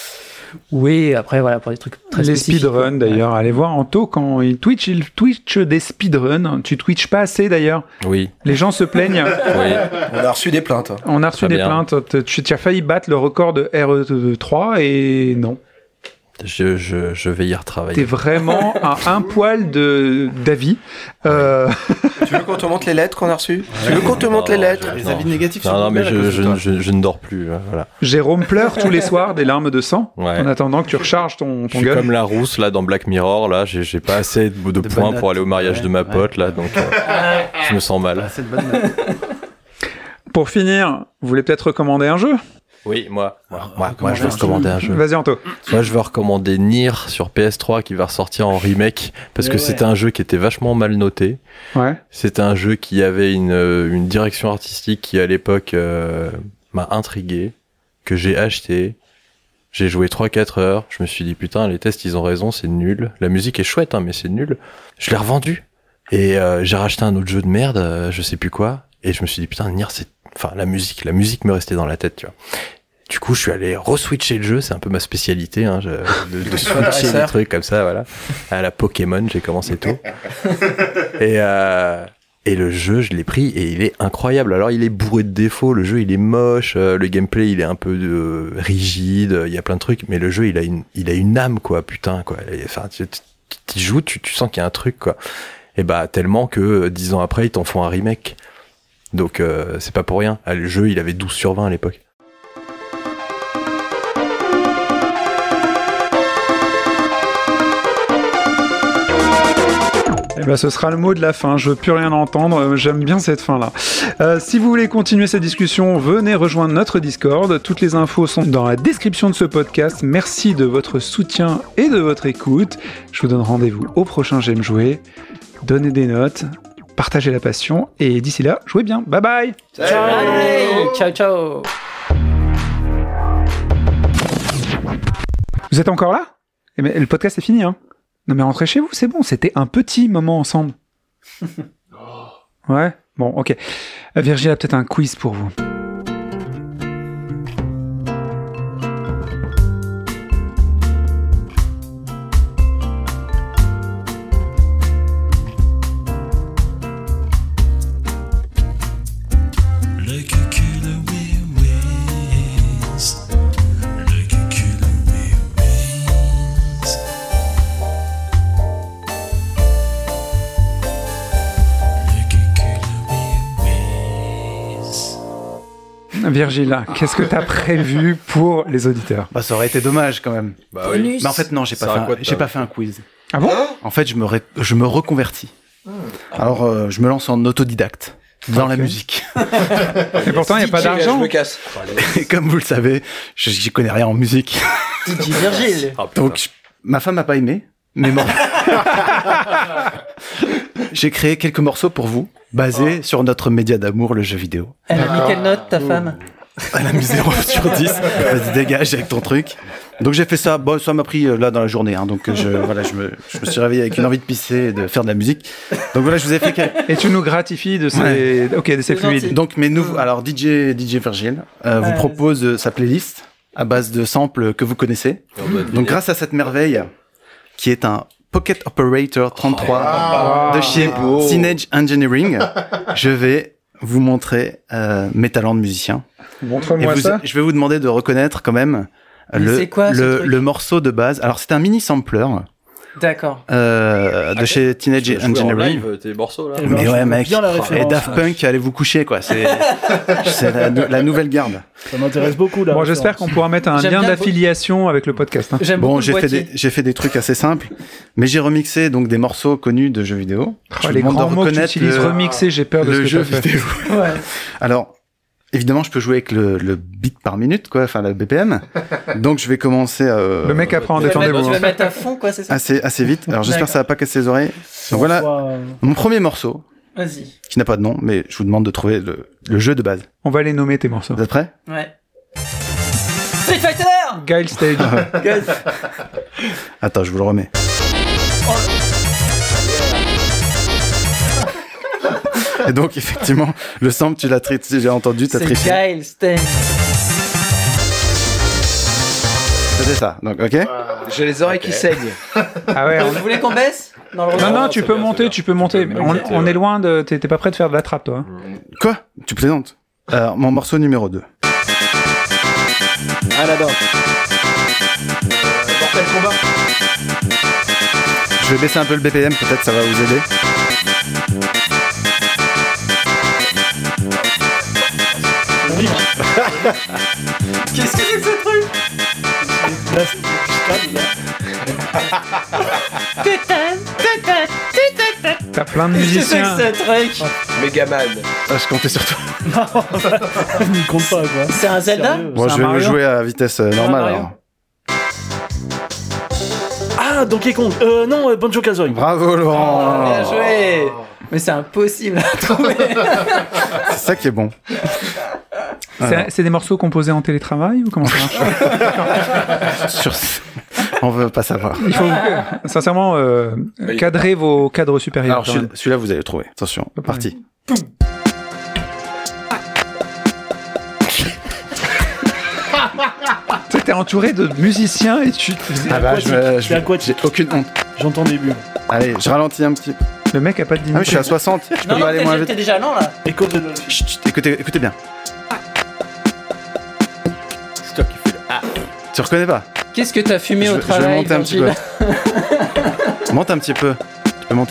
Oui, après voilà, pour des trucs très les spécifiques. Les speedruns d'ailleurs, ouais. Allez voir Anto quand il Twitch, il Twitch des speedruns. Tu Twitch pas assez d'ailleurs. Oui. Les gens se plaignent. Oui. On a reçu des plaintes. Hein. On a reçu Très des bien. plaintes. Tu, tu as failli battre le record de R E trois et non. Je, je, je vais y retravailler. T'es vraiment à un poil de d'avis. Euh... Tu veux qu'on te montre les lettres qu'on a reçues ? Tu veux qu'on te montre les lettres ? Les avis négatifs non, sur non, mais je, je, je, je ne dors plus. Voilà. Jérôme pleure tous les soirs des larmes de sang ouais. en attendant que tu recharges ton, ton je suis gueule. Comme la rousse là dans Black Mirror. Là, j'ai, j'ai pas assez de, de, de points pour aller au mariage ouais, de ma ouais. pote là, donc euh, je me sens mal. C'est de bonne note. Pour finir, vous voulez peut-être recommander un jeu ? Oui, moi, moi, moi, moi je vais recommander un jeu. Vas-y, Anto. Moi, je vais recommander Nier sur P S trois qui va ressortir en remake parce Mais que ouais. c'était un jeu qui était vachement mal noté. Ouais. C'était un jeu qui avait une, une direction artistique qui, à l'époque, euh, m'a intrigué, que j'ai acheté. J'ai joué trois quatre heures. Je me suis dit, putain, les tests, ils ont raison, c'est nul. La musique est chouette, hein, mais c'est nul. Je l'ai revendu. Et euh, j'ai racheté un autre jeu de merde, euh, je sais plus quoi. Et je me suis dit, putain, Nier, c'est... Enfin, la musique, la musique me restait dans la tête, tu vois. Du coup, je suis allé re-switcher le jeu, c'est un peu ma spécialité, hein, je, de, de switcher des trucs comme ça, voilà. À la Pokémon, j'ai commencé tôt. Et, euh, et le jeu, je l'ai pris et il est incroyable. Alors, il est bourré de défauts, le jeu, il est moche, euh, le gameplay, il est un peu euh, rigide, il y a plein de trucs, mais le jeu, il a une, il a une âme, quoi, putain, quoi. Et, enfin, tu, tu y joues, tu, tu sens qu'il y a un truc, quoi. Et bah, tellement que, dix ans après, ils t'en font un remake. Donc, euh, c'est pas pour rien. Ah, le jeu, il avait douze sur vingt à l'époque. Eh ben, ce sera le mot de la fin. Je veux plus rien entendre. J'aime bien cette fin-là. Euh, si vous voulez continuer cette discussion, venez rejoindre notre Discord. Toutes les infos sont dans la description de ce podcast. Merci de votre soutien et de votre écoute. Je vous donne rendez-vous au prochain J'aime jouer. Donnez des notes. partagez la passion, et d'ici là, jouez bien. Bye bye. Ciao, Allez, ciao, ciao. Vous êtes encore là? Eh ben, le podcast est fini, hein. Non mais rentrez chez vous, c'est bon, c'était un petit moment ensemble. Ouais, bon, ok. Euh, Virgile a peut-être un quiz pour vous. Virgile, qu'est-ce que t'as prévu pour les auditeurs? Bah, ça aurait été dommage quand même. Bah oui. Mais en fait, non, j'ai pas, fait un, j'ai pas fait un quiz. Ah bon? En fait, je me, ré, je me reconvertis. Alors, euh, je me lance en autodidacte dans okay. la musique. Et pourtant, il n'y a pas d'argent. Je me casse. Et comme vous le savez, je j'y connais rien en musique. D J Virgile. Oh, donc, je, ma femme m'a pas aimé, mais bon. J'ai créé quelques morceaux pour vous, basés oh. sur notre média d'amour, le jeu vidéo. Elle a mis quelle note, ta femme? Elle a mis zéro sur dix. Vas-y, dégage avec ton truc. Donc j'ai fait ça. Bon, ça m'a pris euh, là dans la journée. Hein, donc je, voilà, je me, je me suis réveillé avec une envie de pisser et de faire de la musique. Donc voilà, je vous ai fait. Que... Et tu nous gratifies de ces, ouais. ok, de ces fluides. Donc mes nouveaux. Alors D J, D J Virgile euh, vous propose euh, sa playlist à base de samples que vous connaissez. Donc grâce à cette merveille qui est un Pocket Operator trente-trois oh, de chez Teenage Engineering, je vais vous montrer euh, mes talents de musicien. Montre-moi vous, ça. Je vais vous demander de reconnaître quand même le, quoi, le, le morceau de base. Alors c'est un mini sampler. D'accord. Euh, de ah, chez Teenage Engineering. En live, tes morceaux là. Mais ouais mec. Et Daft Punk, allez vous coucher quoi. C'est, c'est la, la nouvelle garde. Ça m'intéresse beaucoup là. Bon, j'espère qu'on pourra mettre un J'aime lien bien d'affiliation beau... avec le podcast. Hein. J'aime bon, beaucoup j'ai le fait des, j'ai fait des trucs assez simples, mais j'ai remixé donc des morceaux connus de jeux vidéo. Oh, les grands mots que tu utilises, le, remixer, j'ai peur de le ce que jeu t'as fait. vidéo. Ouais. Alors. Évidemment, je peux jouer avec le, le beat par minute, quoi, enfin, la B P M. Donc, je vais commencer à... Le mec apprend en détendez-vous. Tu vas mettre à fond, quoi, c'est ça? Assez, assez vite. Alors, j'espère que ça va pas casser les oreilles. Donc, voilà, euh... mon premier morceau. Vas-y. Qui n'a pas de nom, mais je vous demande de trouver le, le jeu de base. On va les nommer, tes morceaux. Vous êtes prêts? Ouais. Street Fighter! Guile Stage. Attends, je vous le remets. Oh. Et donc, effectivement, le sample, tu l'as triché, j'ai entendu, t'as triché. C'est Guile Stage. C'était ça, donc, ok? Wow. J'ai les oreilles okay. qui saignent. Ah ouais, on... Vous voulez qu'on baisse dans le Non, non, tu peux monter, tu peux monter. On, on est loin de... T'es pas prêt de faire de la trappe, toi? Quoi? Tu plaisantes? Alors, mon morceau numéro deux. Ah, là-bas. Mortal Kombat. Je vais baisser un peu le B P M, peut-être ça va vous aider. Qu'est-ce que c'est que ce truc? T'as plein de musiciens. Qu'est-ce que c'est que ce truc? Megaman. Ah, je comptais sur toi. Non, il ne compte pas quoi. C'est un Zelda? Bon, je vais Mario? jouer à vitesse euh, normale alors. Ah, Donkey Kong. Euh, non, euh, Banjo Kazooie. Bravo Laurent. Oh, bien joué. Mais c'est impossible à trouver. C'est ça qui est bon. C'est, c'est des morceaux composés en télétravail ou comment ça marche? Sur... On veut pas savoir. Il faut euh, sincèrement euh, oui. cadrer vos cadres supérieurs. Alors celui- celui-là vous allez le trouver. Attention, oui. parti. Tu t'es entouré de musiciens et tu. Ah bah je, me, je, j'ai aucune honte. J'entends des bulles. Allez, je ralentis un petit. Le mec a pas de dignité. Ah oui, je suis à soixante. Je non, peux pas aller moins vite. T'es déjà lent là. Écoute, chut, écoutez, écoutez bien. C'est toi qui fais le ah. Tu reconnais pas? Qu'est-ce que t'as fumé je, au travail? Je vais monter un petit peu. Monte un petit peu. Tu peux monter?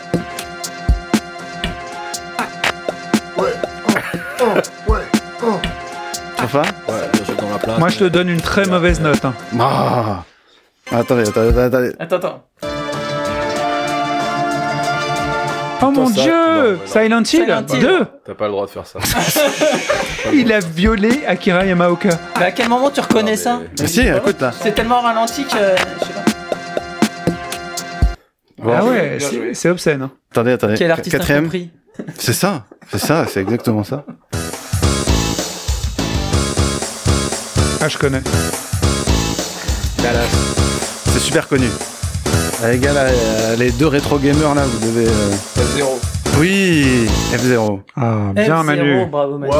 Ouais. Oh, oh, ouais. Oh. Tu vois? Ouais, je dans la place. Moi, je te donne une très mauvaise note. Hein. Ah. Attendez, attendez, attendez. Attends, attends. Oh mon ça, dieu non, Silent Hill deux. T'as pas le droit de faire ça. Il a violé Akira Yamaoka. Mais à quel moment tu reconnais non, mais... ça? Mais si, écoute là. C'est tellement ralenti que... Je sais pas. Bon, Ah ouais, bien c'est, joué. c'est obscène. Hein. Attendez, attendez. Quel artiste Quatrième. incompris. C'est ça, c'est ça, c'est exactement ça. Ah, je connais. C'est super connu. Ah, les gars, là, euh, les deux rétro gamers là, vous devez. Euh... F zéro. Oui, F zéro. Ah, bien F zéro, Manu. Bravo Manu.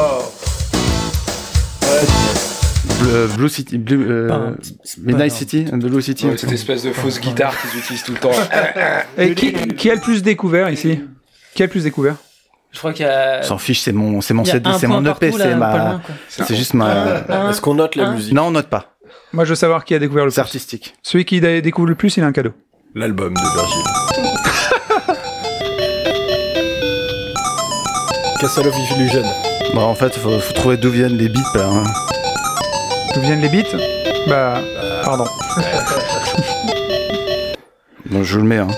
Blue, Blue City, Blue, euh, Pardon. Midnight City, Blue City. Ouais, cette espèce de fausse guitare qu'ils utilisent tout le temps. Et qui, qui a le plus découvert ici? Qui a le plus découvert? Je crois qu'il y a. S'en fiche, c'est mon, c'est mon il y a C D, un c'est point mon E P, partout, c'est là, ma, pas loin, quoi. c'est juste ma. Un, Est-ce qu'on note la un. musique? Non, on note pas. Moi, je veux savoir qui a découvert le C'est plus. artistique. Celui qui dé- découvre le plus, il a un cadeau. L'album de Virgile. Castle of Illusion. Bon, en fait, faut, faut trouver d'où viennent les beats là. Hein. D'où viennent les beats? Bah, pardon. Bon, je vous le mets. Hein.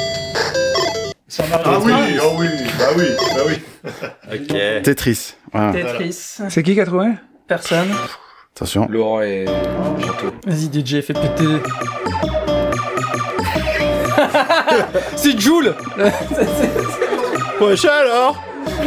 Ah oui, oh oui, bah oui, bah oui. Ok. Tetris. Voilà. Tetris. C'est qui qui a trouvé? Personne. Attention. Laurent et Chanto. Vas-y D J, fais péter. C'est Joule. Wesh alors.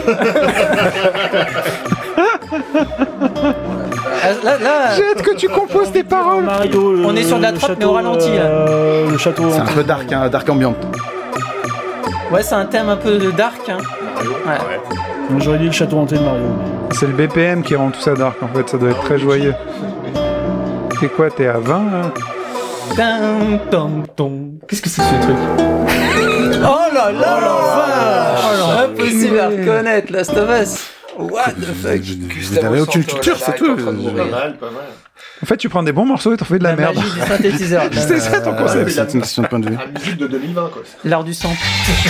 Ah, Là, là, J'ai hâte que tu composes tes paroles. Mario, le- On est sur de la le trappe, mais château, au ralenti, là. euh, le château. C'est un peu dark, hein, dark ambiante. ouais, c'est un thème un peu de dark. Hein. Ouais. Moi, j'aurais dit le château hanté de Mario. C'est le B P M qui rend tout ça dark en fait, ça doit être très joyeux. T'es quoi, t'es à vingt là? Dun, dun, dun. Qu'est-ce que c'est que ce truc? Oh là là là! Impossible à reconnaître, Last of Us. What the fuck? Vous n'avez aucune culture, c'est tout. Pas mal, pas mal. En fait, tu prends des bons morceaux et t'en fais de la, La merde. magie du synthétiseur. C'est ça ton Euh, concept. C'est une question de point de vue. La musique de deux mille vingt, quoi. L'art du sample.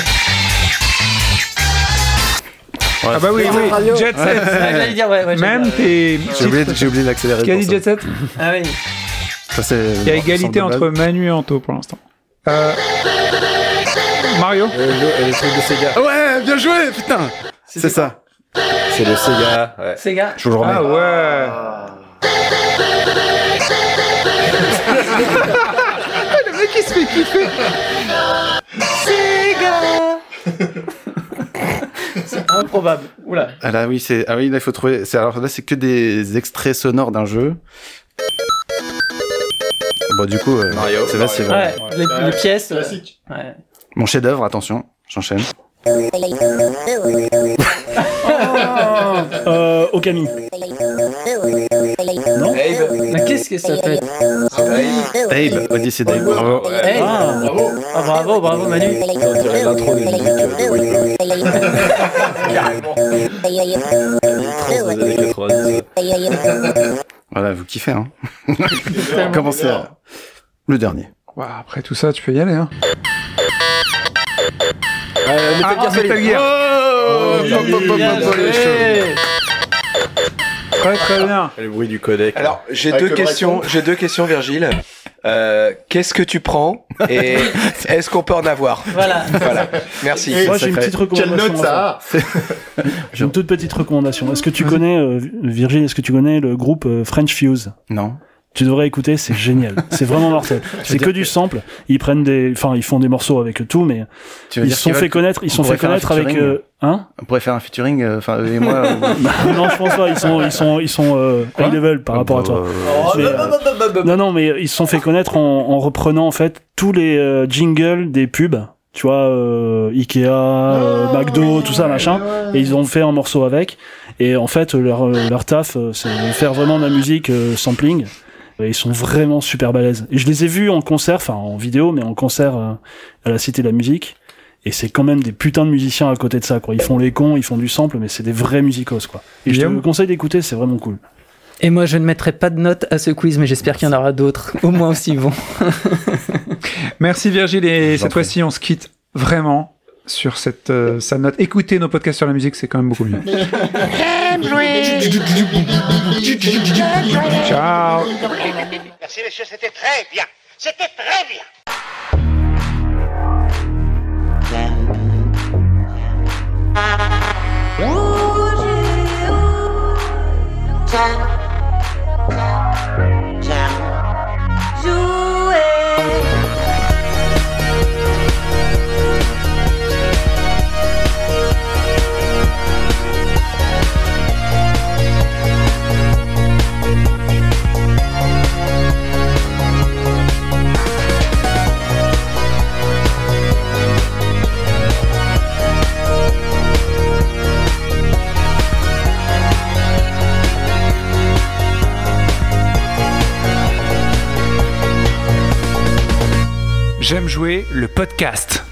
Ah bah oui, oui, Jet Set. Ouais, j'allais dire, ouais, ouais. Même j'allais dire, tes. J'ai oublié, j'ai oublié d'accélérer. Qui a pour dit ça. Jet Set? Ah oui. Ça, c'est Il y a égalité entre Manu et Anto pour l'instant. Euh... Mario? Le, le truc de Sega. Ouais, bien joué, putain. C'est ça. C'est le Sega. Ouais. Sega. Je vous le remets. Ah ouais. Le mec il se fait kiffer. C'est improbable. Oula. Ah là, oui, c'est, ah oui, là, il faut trouver, c'est, alors là, c'est que des extraits sonores d'un jeu. Bon, du coup, euh, Mario. c'est facile. Ouais, les, les pièces. euh, Classique. Ouais. Mon chef-d'œuvre, attention, j'enchaîne. Euh, Okami. Non. Mais qu'est-ce que ça peut être? Abe, Odyssey d'Abe, bravo. Hey. Ah, Bravo. Ah, bravo, bravo Manu. On dirait l'intro des musiques de Wii. Trans des années quatre-vingt-dix. Voilà, vous kiffez, hein. Commencez à... Le dernier. Ouah, après tout ça, tu peux y aller. Hein. Euh, Metal Ah, Gear Solid. Metal Gear. Oh, Bien pop, pop, pop, joué. pop, les cheveux. Très très bien. Le bruit du codec. Alors, j'ai Avec deux le questions, breakdown. j'ai deux questions, Virgile. Euh, qu'est-ce que tu prends et est-ce qu'on peut en avoir? Voilà. Voilà. Merci. Et moi, j'ai une sacré. petite Quelle recommandation. note à faire. ça a? J'ai une toute petite recommandation. Est-ce que tu connais, euh, Virgile, est-ce que tu connais le groupe euh, French Fuse? Non. Tu devrais écouter, c'est génial. C'est vraiment mortel. C'est que du sample. Ils prennent des, enfin, ils font des morceaux avec tout, mais Tu veux ils dire se sont qu'ils fait veulent- connaître, ils on sont fait pourrait faire un connaître avec, featuring, euh, hein? On pourrait faire un featuring, euh, enfin, eux et moi. euh, Non, je pense pas. Ils sont, ils sont, ils sont euh, Quoi high level par rapport à toi. euh, Mais, euh, non, non, mais ils se sont fait connaître en, en reprenant en fait tous les euh, jingles des pubs. Tu vois, euh, Ikea, euh, McDo, tout ça, machin. Et ils ont fait un morceau avec. Et en fait, leur, leur taf, euh, c'est de faire vraiment de la musique euh, sampling. Et ils sont vraiment super balèzes. Et je les ai vus en concert, enfin en vidéo, mais en concert euh, à la Cité de la Musique. Et c'est quand même des putains de musiciens à côté de ça, quoi. Ils font les cons, ils font du sample, mais c'est des vrais musicos, quoi. Et je te Guillaume conseille d'écouter, c'est vraiment cool. Et moi, je ne mettrai pas de notes à ce quiz, mais j'espère qu'il y en aura d'autres, au moins aussi bons. Merci Virgile et vous en cette fois-ci on se quitte vraiment sur cette euh, sa note. Écoutez nos podcasts sur la musique, c'est quand même beaucoup mieux. Ciao. Merci messieurs, c'était très bien. C'était très bien. Jouer. J'aime jouer le podcast.